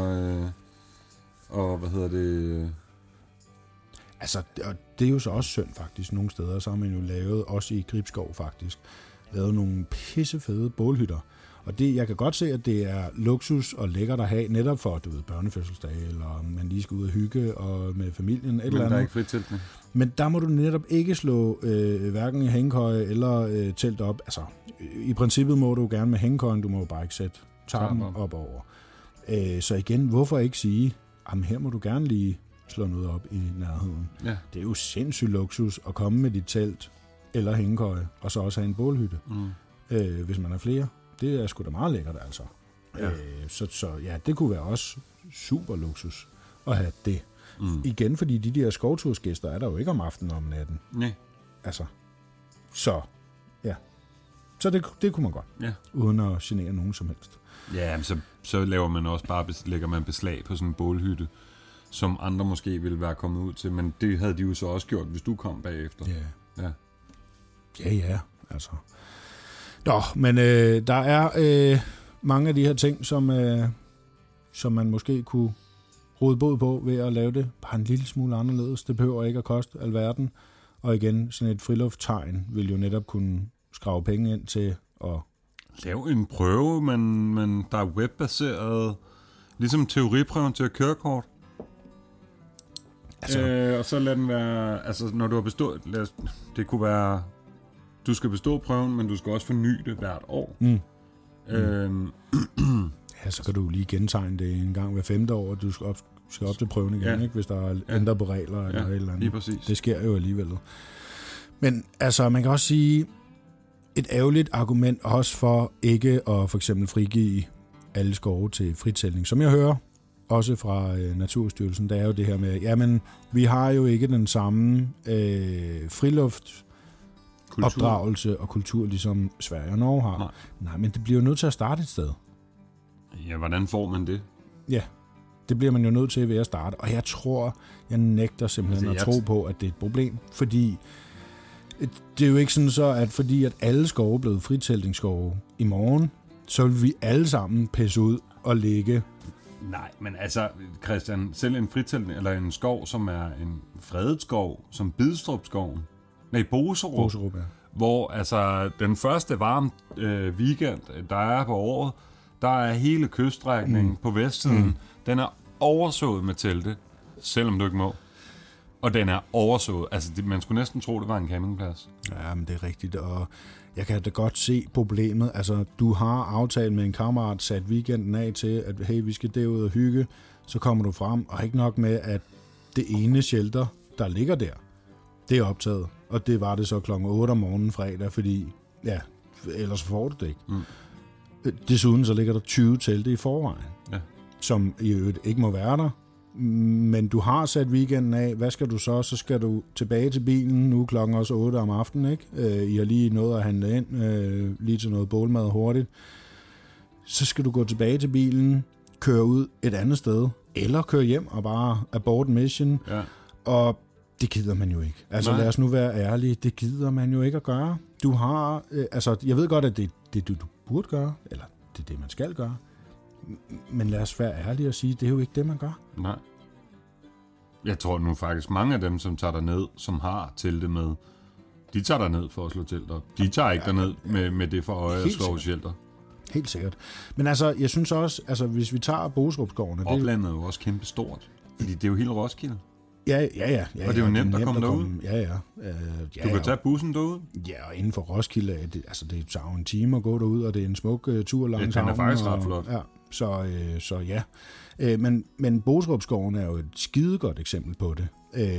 og hvad hedder det... Altså, det er jo så også synd faktisk nogle steder. Så har man jo lavet, også i Gribskov faktisk, lavet nogle pissefede bålhytter. Og det, jeg kan godt se, at det er luksus og lækkert at have, netop for, du ved, børnefødselsdage, eller man lige skal ud og hygge og med familien, eller andet. Men der er ikke fritæltning. Men der må du netop ikke slå hverken hængekøje eller telt op. Altså, i princippet må du gerne med hængekøjen, du må jo bare ikke sætte tarpen op over. Så igen, hvorfor ikke sige, jamen her må du gerne lige slå noget op i nærheden. Ja. Det er jo sindssygt luksus at komme med dit telt eller hængekøje, og så også have en bålhytte, hvis man er flere. Det er sgu da meget lækkert, altså. Ja. Så ja, det kunne være også super luksus at have det. Igen, fordi de der skovtursgæster er der jo ikke om aftenen og om natten. Nej. Altså, så ja. Så det kunne man godt, uden at genere nogen som helst. Ja, så laver man også bare, lægger man beslag på sådan en bålhytte, som andre måske ville være kommet ud til, men det havde de jo så også gjort, hvis du kom bagefter. Ja, altså. Nå, men der er mange af de her ting, som man måske kunne rode bod på ved at lave det bare en lille smule anderledes. Det behøver ikke at koste alverden. Og igen, sådan et friluftstegn vil jo netop kunne skrave penge ind til at... Lave en prøve, men der er webbaseret. Ligesom teoriprøven til at kørekort. Altså, Og så lad den være... Altså, når du har bestået... Det kunne være... Du skal bestå prøven, men du skal også forny det hvert år. Ja, så kan du lige gentegne det en gang hver 5. år, og du skal op til prøven igen, ikke? Hvis der er ændret på regler eller et eller andet. Lige præcis. Det sker jo alligevel. Men altså, man kan også sige, et ærgerligt argument også for ikke at for eksempel frigive alle skove til fritællning, som jeg hører også fra Naturstyrelsen, det er jo det her med, jamen, vi har jo ikke den samme opdragelse og kultur, ligesom Sverige og Norge har. Nej, men det bliver jo nødt til at starte et sted. Ja, hvordan får man det? Ja, det bliver man jo nødt til ved at starte. Og jeg nægter simpelthen at tro på, at det er et problem. Fordi det er jo ikke sådan så, at fordi at alle skove er blevet fritæltningsskove i morgen, så vil vi alle sammen pisse ud og ligge. Nej, men altså, Christian, selv en fritæltning, eller en skov, som er en fredet skov, som Bidstrup-skoven, Boserup, ja. Hvor altså den første varme weekend, der er på året, der er hele kyststrækningen på vestsiden, den er oversået med telte, selvom du ikke må. Og den er oversået. Altså, man skulle næsten tro, det var en campingplads. Ja, men det er rigtigt, og jeg kan da godt se problemet. Altså, du har aftalt med en kammerat, sat weekenden af til, at hey, vi skal derud og hygge, så kommer du frem, og ikke nok med, at det ene shelter, der ligger der, det er optaget. Og det var det så klokken 8 om morgenen fredag, fordi, ja, ellers får du det ikke. Desuden så ligger der 20 telte i forvejen, som i øvrigt ikke må være der. Men du har sat weekenden af. Hvad skal du så? Så skal du tilbage til bilen. Nu klokken også 8 om aftenen, ikke? I har lige nået at handle ind, lige til noget bålmad hurtigt. Så skal du gå tilbage til bilen, køre ud et andet sted, eller køre hjem og bare abort mission. Ja. Og det gider man jo ikke. Altså lad os nu være ærlige. Det gider man jo ikke at gøre. Du har, jeg ved godt, at det er det, du burde gøre, eller det er det, man skal gøre. Men lad os være ærlige og sige, det er jo ikke det, man gør. Nej. Jeg tror nu faktisk, mange af dem, som tager derned, som har telte med, de tager derned for at slå telt op. De tager ikke derned med det for øje at slå shelter. Helt sikkert. Men altså, jeg synes også, altså hvis vi tager Boserupskovene... Oplandet er jo også kæmpe stort, fordi det er jo hele Roskilde. Ja. Og det er jo nemt at komme derud. Ja. Du kan tage bussen derud. Ja, og inden for Roskilde, det tager jo en time at gå derud, og det er en smuk tur langs havnen. Den er faktisk ret flot. Ja, så ja. Men Boserupskoven er jo et skidegodt eksempel på det.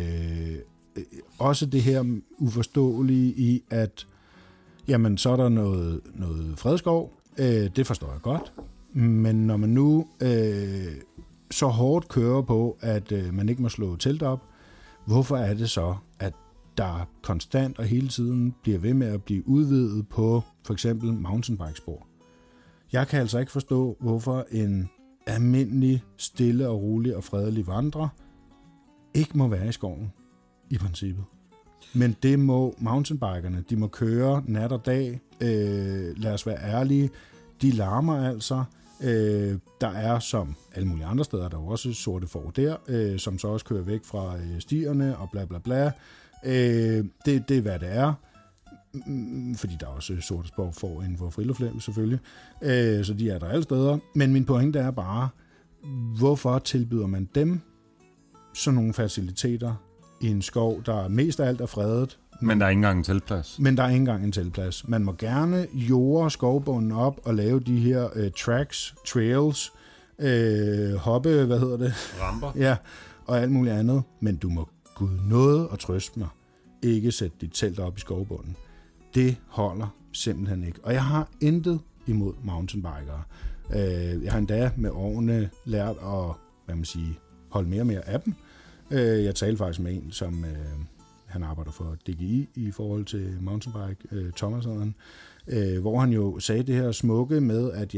Også det her uforståelige i, at jamen, så er der noget fredskov. Det forstår jeg godt. Men når man nu så hårdt kører på, at man ikke må slå telt op, hvorfor er det så, at der konstant og hele tiden bliver ved med at blive udvidet på for eksempel mountainbikespor? Jeg kan altså ikke forstå, hvorfor en almindelig, stille og rolig og fredelig vandrer ikke må være i skoven, i princippet. Men det må mountainbikerne. De må køre nat og dag. Lad os være ærlige. De larmer altså. Der er, som alle mulige andre steder, der er også sorte får der, som så også kører væk fra stierne og bla bla bla. Det er, hvad det er. Fordi der er også sorte får inden for Friluftlem, selvfølgelig. Så de er der alle steder. Men min pointe er bare, hvorfor tilbyder man dem sådan nogle faciliteter i en skov, der mest af alt er fredet? Men der er ikke engang en teltplads. Men der er ikke engang en teltplads. Man må gerne jorde skovbunden op og lave de her tracks, trails, hoppe, ramper. Ja, og alt muligt andet. Men du må gud noget og trøste mig ikke sætte dit telt op i skovbunden. Det holder simpelthen ikke. Og jeg har intet imod mountainbikere. Jeg har endda med årene lært at holde mere og mere af dem. Jeg talte faktisk med en, som han arbejder for DGI i forhold til mountainbike, Thomas, hvor han jo sagde det her smukke med, at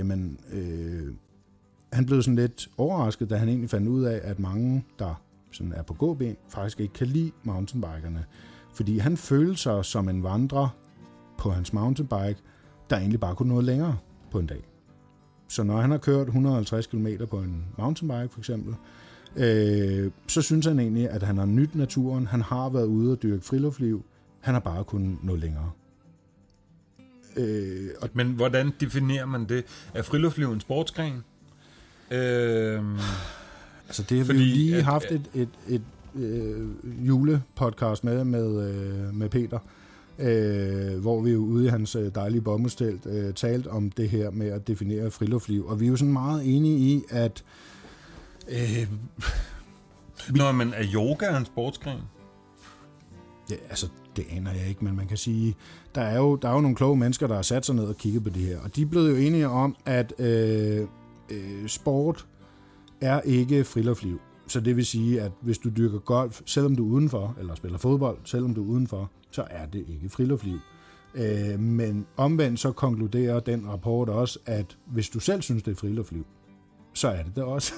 han blev sådan lidt overrasket, da han egentlig fandt ud af, at mange, der sådan er på gåben, faktisk ikke kan lide mountainbikerne. Fordi han følte sig som en vandrer på hans mountainbike, der egentlig bare kunne nå længere på en dag. Så når han har kørt 150 km på en mountainbike for eksempel, så synes han egentlig, at han har nydt naturen. Han har været ude og dyrke friluftsliv. Han har bare kunnet nå længere. Men hvordan definerer man det? Er friluftsliv en sportsgren? Altså det har vi lige haft et julepodcast med Peter, hvor vi jo ude i hans dejlige bommestelt talte om det her med at definere friluftsliv. Og vi er jo sådan meget enige i, at... Men er yoga en sportsgren? Ja, altså, det aner jeg ikke, men man kan sige, der er jo nogle kloge mennesker, der har sat sig ned og kigget på det her. Og de er blevet jo enige om, at sport er ikke friluftsliv. Så det vil sige, at hvis du dyrker golf, selvom du er udenfor, eller spiller fodbold, selvom du er udenfor, så er det ikke friluftsliv. Men omvendt så konkluderer den rapport også, at hvis du selv synes, det er friluftsliv, så er det også.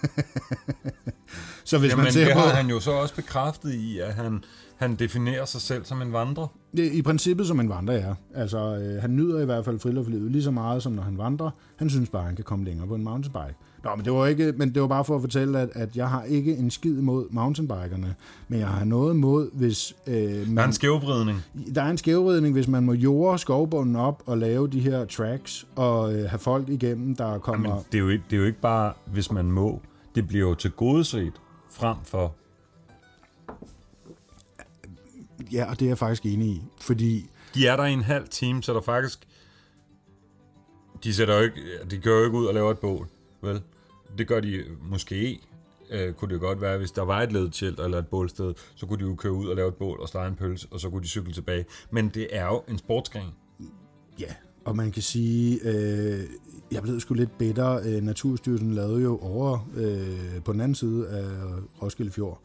Så hvis man ser det på, har han jo så også bekræftet i, at han definerer sig selv som en vandrer. I princippet som en vandrer, ja. Altså, han nyder i hvert fald friluftslivet lige så meget, som når han vandrer. Han synes bare, han kan komme længere på en mountainbike. Nå, men det var bare for at fortælle, at jeg har ikke en skid imod mountainbikerne, men jeg har noget imod, hvis... der er en skævvridning. Der er en skævvridning, hvis man må jorde skovbunden op og lave de her tracks og have folk igennem, der kommer... Jamen, det er jo ikke bare, hvis man må. Det bliver jo tilgodeset frem for... Ja, og det er jeg faktisk enig i, fordi... De er der i en halv time, så der faktisk... De gør jo ikke ud og laver et bål, vel? Det gør de måske, kunne det godt være, hvis der var et ledetjelt eller et bålsted, så kunne de jo køre ud og lave et bål og stege en pølse, og så kunne de cykle tilbage. Men det er jo en sportsgren. Ja, og man kan sige, jeg blev sgu lidt bitter. Naturstyrelsen lavede jo over på den anden side af Roskilde Fjord,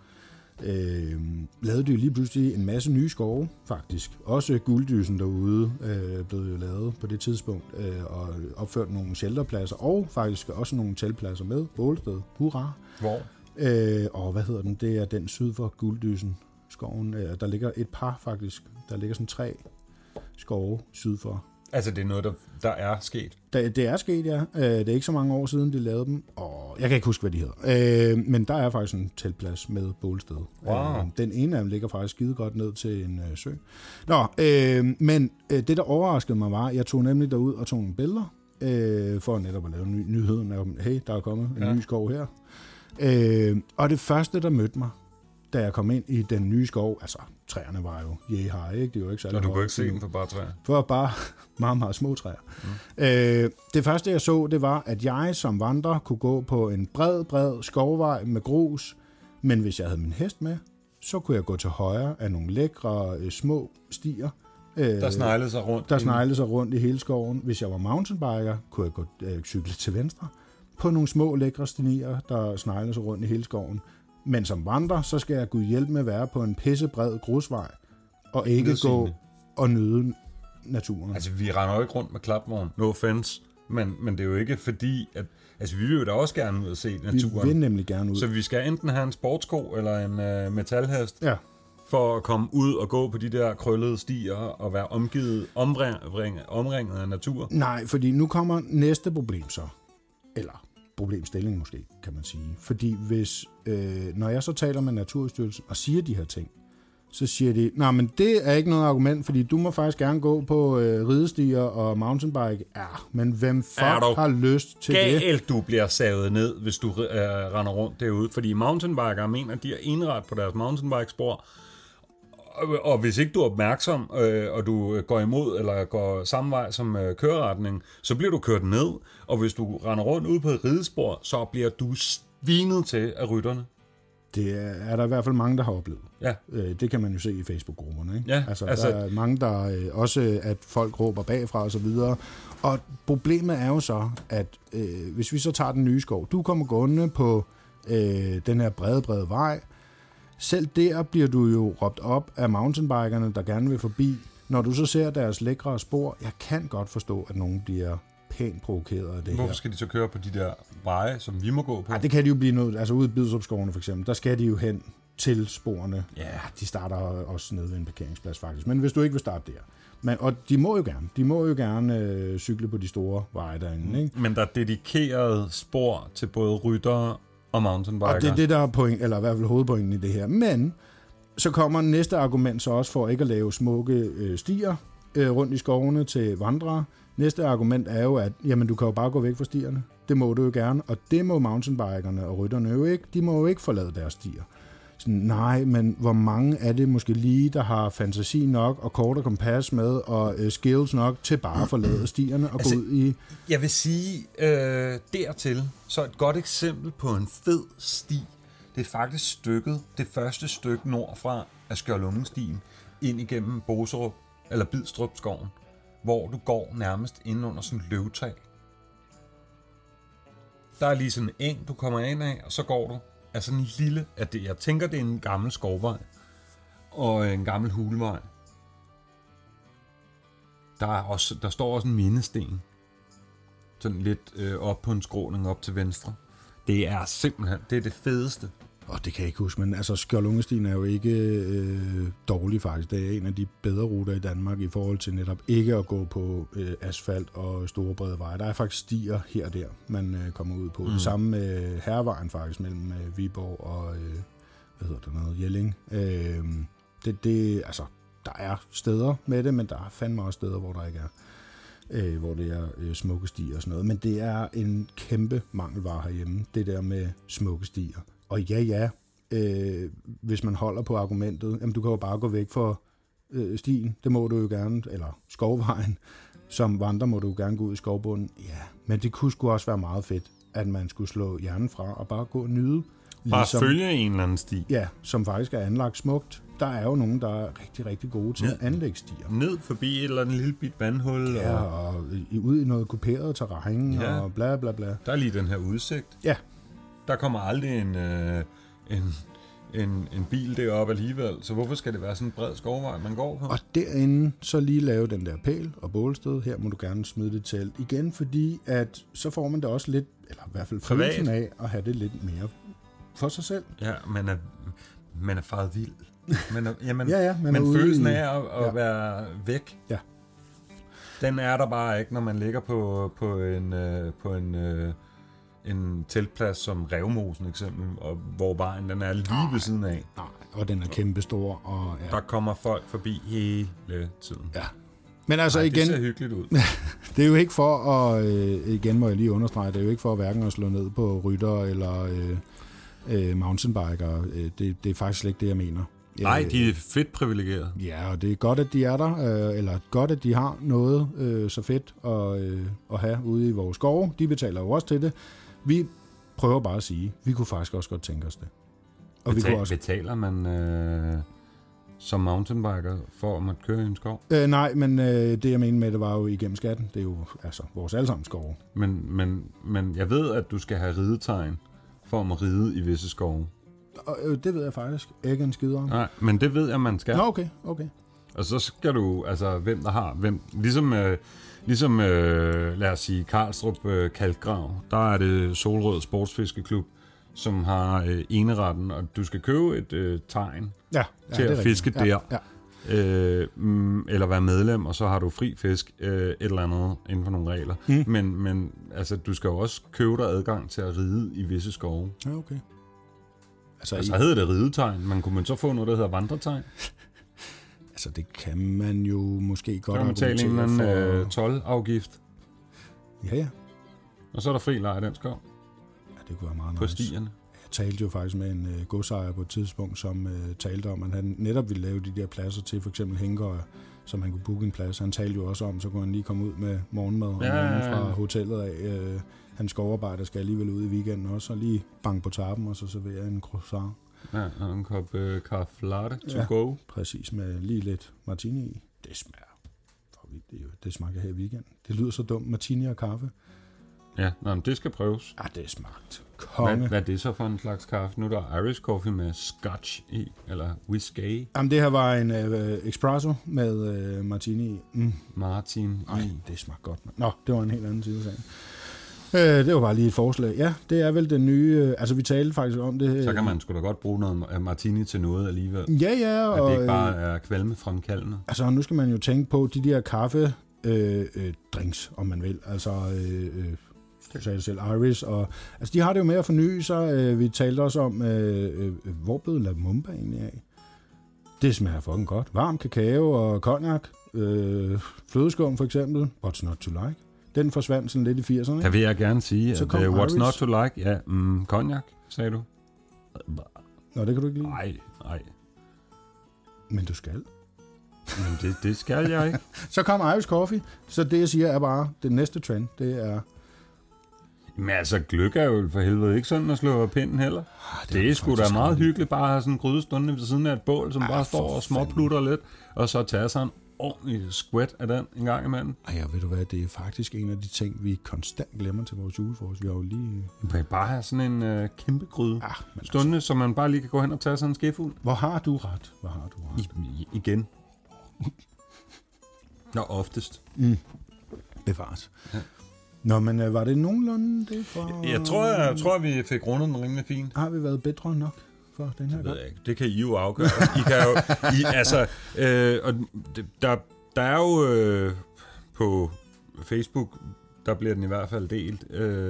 lavede de jo lige pludselig en masse nye skove, faktisk. Også Gulddysen derude blev jo lavet på det tidspunkt, og opført nogle shelterpladser, og faktisk også nogle teltpladser med bålsted. Hurra! Hvor? Og hvad hedder den? Det er den syd for Gulddysen skoven. Der ligger et par faktisk. Der ligger sådan 3 skove syd for. Altså det er noget, der er sket? Det er sket, ja. Det er ikke så mange år siden, de lavede dem. Og jeg kan ikke huske, hvad de hedder. Men der er faktisk en teltplads med bålsted. Wow. Den ene af dem ligger faktisk skide godt ned til en sø. Nå, men det, der overraskede mig, var, jeg tog nemlig derud og tog nogle billeder, for netop at lave nyheden om, hey, der er kommet en ny skov her. Og det første, der mødte mig, da jeg kom ind i den nye skov, altså træerne var jo high, ikke? Det var jo ikke særlig. Så du kunne ikke se dem for bare træer? For bare meget, meget små træer. Det første, jeg så, det var, at jeg som vandrer kunne gå på en bred skovvej med grus, men hvis jeg havde min hest med, så kunne jeg gå til højre af nogle lækre små stier. Der sneglede sig rundt. I hele skoven. Hvis jeg var mountainbiker, kunne jeg gå cykle til venstre på nogle små lækre stier, der sneglede sig rundt i hele skoven. Men som vandrer, så skal jeg gud hjælpe med at være på en pissebred grusvej, og ikke gå og nyde naturen. Altså, vi render jo ikke rundt med klapvogn, no offense, men det er jo ikke fordi, at... Altså, vi vil jo da også gerne ud og se naturen. Vi vil nemlig gerne ud. Så vi skal enten have en sportsko eller en metalhest, ja, for at komme ud og gå på de der krøllede stier og være omringet af natur. Nej, fordi nu kommer næste problem så. Eller problemstilling måske, kan man sige. Fordi hvis, når jeg så taler med Naturstyrelsen og siger de her ting, så siger de, nej, men det er ikke noget argument, fordi du må faktisk gerne gå på ridestier og mountainbike. Ja, men hvem fuck har lyst til det? Galt, du bliver savet ned, hvis du render rundt derude. Fordi mountainbikere mener, at de er indret på deres mountainbikespor. Og hvis ikke du er opmærksom, og du går imod eller går samme vej som køreretning, så bliver du kørt ned. Og hvis du render rundt ude på et ridespor, så bliver du svinet til af rytterne. Det er der i hvert fald mange, der har oplevet. Ja. Det kan man jo se i Facebook-grupperne. Ikke? Ja, altså, der er mange, der også, at folk råber bagfra og så videre. Og problemet er jo så, at hvis vi så tager den nye skov, du kommer gående på den her brede vej. Selv der bliver du jo råbt op af mountainbikerne, der gerne vil forbi. Når du så ser deres lækre spor, jeg kan godt forstå, at nogen bliver pænt provokeret af det. Hvorfor skal de så køre på de der veje, som vi må gå på? Ja, det kan de jo blive noget. Altså ude i Bidstrup-skovene for eksempel, der skal de jo hen til sporene. Ja, de starter også nede ved en parkeringsplads faktisk. Men hvis du ikke vil starte der. Og de må jo gerne cykle på de store veje derinde. Ikke? Men der er dedikeret spor til både ryttere og mountainbikere. Og det er det, der er point, eller i hvert fald hovedpointen i det her. Men så kommer næste argument så også for ikke at lave smukke stier rundt i skovene til vandrere. Næste argument er jo, at jamen, du kan jo bare gå væk fra stierne. Det må du jo gerne, og det må mountainbikerne og rytterne jo ikke. De må jo ikke forlade deres stier. Sådan, nej, men hvor mange er det måske lige, der har fantasi nok og kort og kompas med og skills nok til bare at forlade stierne og gå ud i... Jeg vil sige, dertil, så et godt eksempel på en fed sti, det er faktisk det første stykke nordfra af Skjold-Ungestien ind igennem Boserup, eller Bidstrup-skoven, hvor du går nærmest ind under sådan et løvtag. Der er lige sådan en eng, du kommer ind af, og så går du af sådan en lille... Jeg tænker, det er en gammel skovvej og en gammel hulvej. Der står også en mindesten. Sådan lidt op på en skråning op til venstre. Det er simpelthen det fedeste. Det kan jeg ikke huske, men altså Skjold-Ungestien er jo ikke dårlig faktisk. Det er en af de bedre ruter i Danmark i forhold til netop ikke at gå på asfalt og store brede veje. Der er faktisk stier her og der, man kommer ud på. Det samme med Herrevejen faktisk mellem Viborg og Jelling. Altså, der er steder med det, men der er fandme også steder, hvor der ikke er. Hvor det er smukke stier og sådan noget. Men det er en kæmpe mangelvare herhjemme, det der med smukke stier. Og hvis man holder på argumentet, jamen du kan jo bare gå væk fra stien, det må du jo gerne, eller skovvejen, som vandrer må du jo gerne gå ud i skovbunden. Ja, men det kunne sgu også være meget fedt, at man skulle slå hjernen fra og bare gå og nyde. Bare følge en eller anden sti. Ja, som faktisk er anlagt smukt. Der er jo nogen, der er rigtig, rigtig gode til at anlægge stier. Ned forbi et eller andet lille bit vandhul. Ja, og ud i noget kuperet terræn og bla bla bla. Der er lige den her udsigt. Ja. Der kommer aldrig en bil deroppe alligevel, så hvorfor skal det være sådan en bred skovvej, man går på? Og derinde så lige lave den der pæl og bålsted. Her må du gerne smide det telt igen, fordi at så får man det også lidt, eller i hvert fald følelsen af at have det lidt mere for sig selv. Ja, man er faret vild. Men følelsen af at være væk, ja. Den er der bare ikke, når man ligger på en teltplads som Revmosen eksempel, og hvor vejen den er lige ved siden af. Nej, og den er kæmpestor. Og, der kommer folk forbi hele tiden. Ja. Men altså igen, det ser hyggeligt ud. Det er jo ikke for at, igen må jeg lige understrege, det er jo ikke for hverken at slå ned på rytter eller mountainbiker. Det er faktisk slet ikke det, jeg mener. Nej, de er fedt privilegeret. Ja, og det er godt, at de er der, eller godt, at de har noget så fedt at have ude i vores skove. De betaler jo også til det. Vi prøver bare at sige, vi kunne faktisk også godt tænke os det. Og betaler man som mountainbiker for at man køre i en skov? Nej, men det jeg mener med det var jo igennem skatten. Det er jo altså vores allesammens skove. Men jeg ved, at du skal have ridetegn for at ride i visse skove. Det ved jeg faktisk ikke en skid om. Nej, men det ved jeg, man skal. Nå, okay. Og så skal du, altså hvem der har, ligesom lad os sige, Karlstrup Kalkgrav, der er det Solrød Sportsfiskeklub, som har eneretten, og du skal købe et tegn til at fiske der. Ja. Eller være medlem, og så har du fri fisk, et eller andet inden for nogle regler. Men altså, du skal jo også købe dig adgang til at ride i visse skove. Ja, okay. Altså hedder det ridetegn, men kunne man så få noget, der hedder vandretegn? Altså, det kan man jo måske godt argumentere for. Så kan man betale en eller anden toldafgift. Ja. Og så er der fri lejr i den skov. Ja, det kunne være meget på nice. stierne. Jeg talte jo faktisk med en godsejer på et tidspunkt, som talte om, at han netop ville lave de der pladser til for eksempel hængere, så man kunne booke en plads. Han talte jo også om, så kunne han lige komme ud med morgenmad fra hotellet af. Hans skovarbejder skal alligevel ud i weekenden også, og lige banke på tappen, og så servere en croissant. Ja, og en kop kaffe latte to go. Præcis, med lige lidt martini i. Det smager for vildt. Det smager her i weekenden. Det lyder så dumt, martini og kaffe. Ja, men det skal prøves. Ja, det smagt konge. Hvad er det så for en slags kaffe? Nu er der Irish coffee med scotch i, eller whisky. Jamen, det her var en espresso med martini i. Martin i. Ej, det smagte godt. Nå, det var en helt anden side af sagen. Det var bare lige et forslag. Ja, det er vel den nye... altså, vi talte faktisk om det... Så kan man sgu da godt bruge noget martini til noget alligevel. Ja. Og det ikke bare er kvalmefremkaldende. Altså, nu skal man jo tænke på de der kaffe... drinks, om man vil. Altså, du sagde det selv, Irish. Og, altså, de har det jo med at forny sig. Vi talte også om, hvor blev La Mumba egentlig af? Det smager fucking godt. Varm kakao og cognac. Flødeskum for eksempel. What's not to like? Den forsvandt sådan lidt i 80'erne. Der vil jeg gerne sige, Så at kom what's Irish. not to like? Ja, cognac, sagde du. Nå, det kan du ikke lide. Nej. Men du skal. Men det skal jeg ikke. Så kom Irish Coffee. Så det, jeg siger, er bare, det næste trend, det er... Men altså, gløgg er jo for helvede ikke sådan at slå af pinden heller. Det er sgu da meget hyggeligt bare at have sådan en gryde stående ved siden af et bål, som bare står og småplutter lidt, og så tager sig en ordentlig squat af den en gang imellem. Ej, ved du hvad, det er faktisk en af de ting, vi konstant glemmer til vores julefrokost. Vi har jo lige... Man kan bare have sådan en kæmpe gryde men stående, så man bare lige kan gå hen og tage sådan en skefuld. Hvor har du ret? Igen. Nå, oftest. Bevares. Ja. Nå, men var det nogenlunde det for... Jeg tror, vi fik rundet den rimelig fint. Har vi været bedre nok for den her gang? Det kan I jo afgøre. I kan jo... og der er jo på Facebook, der bliver den i hvert fald delt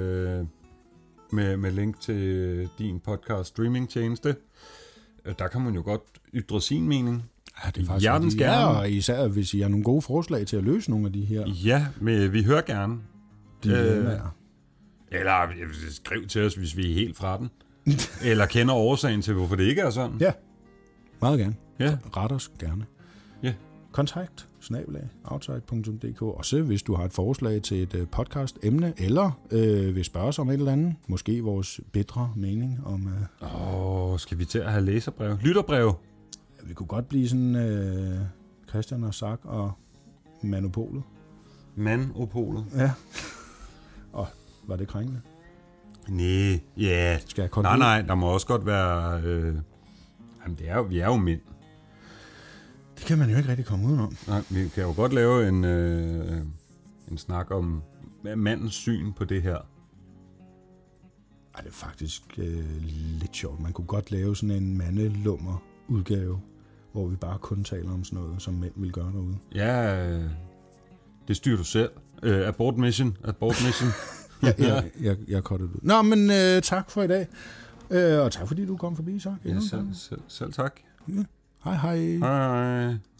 med link til din podcast streamingtjeneste. Der kan man jo godt ytre sin mening. Ja, det er faktisk og især hvis I har nogle gode forslag til at løse nogle af de her... Ja, men vi hører gerne. Eller skriv til os, hvis vi er helt fra den. Eller kender årsagen til, hvorfor det ikke er sådan. Ja, meget gerne. Ja. Ret os gerne. Ja. Kontakt @outside.dk. Og så hvis du har et forslag til et podcast-emne, eller vil spørge os om et eller andet, måske vores bedre mening om... skal vi til at have læserbrev? Lytterbrev? Vi kunne godt blive sådan Christian og Sak og Manopolet. Manopolet? Ja. Og var det krænkende? Nej, ja. Nej, der må også godt være... jamen, vi er jo mænd. Det kan man jo ikke rigtig komme udenom. Nej, vi kan jo godt lave en snak om mandens syn på det her. Ej, det er faktisk lidt sjovt. Man kunne godt lave sådan en mandelummer udgave, hvor vi bare kun taler om sådan noget, som mænd vil gøre derude. Ja, det styrer du selv. Abort mission. Jeg cutter det ud. Nå, men tak for i dag. Og tak fordi du kom forbi, så. Ja, selv tak. Ja. Hej hej. Hej.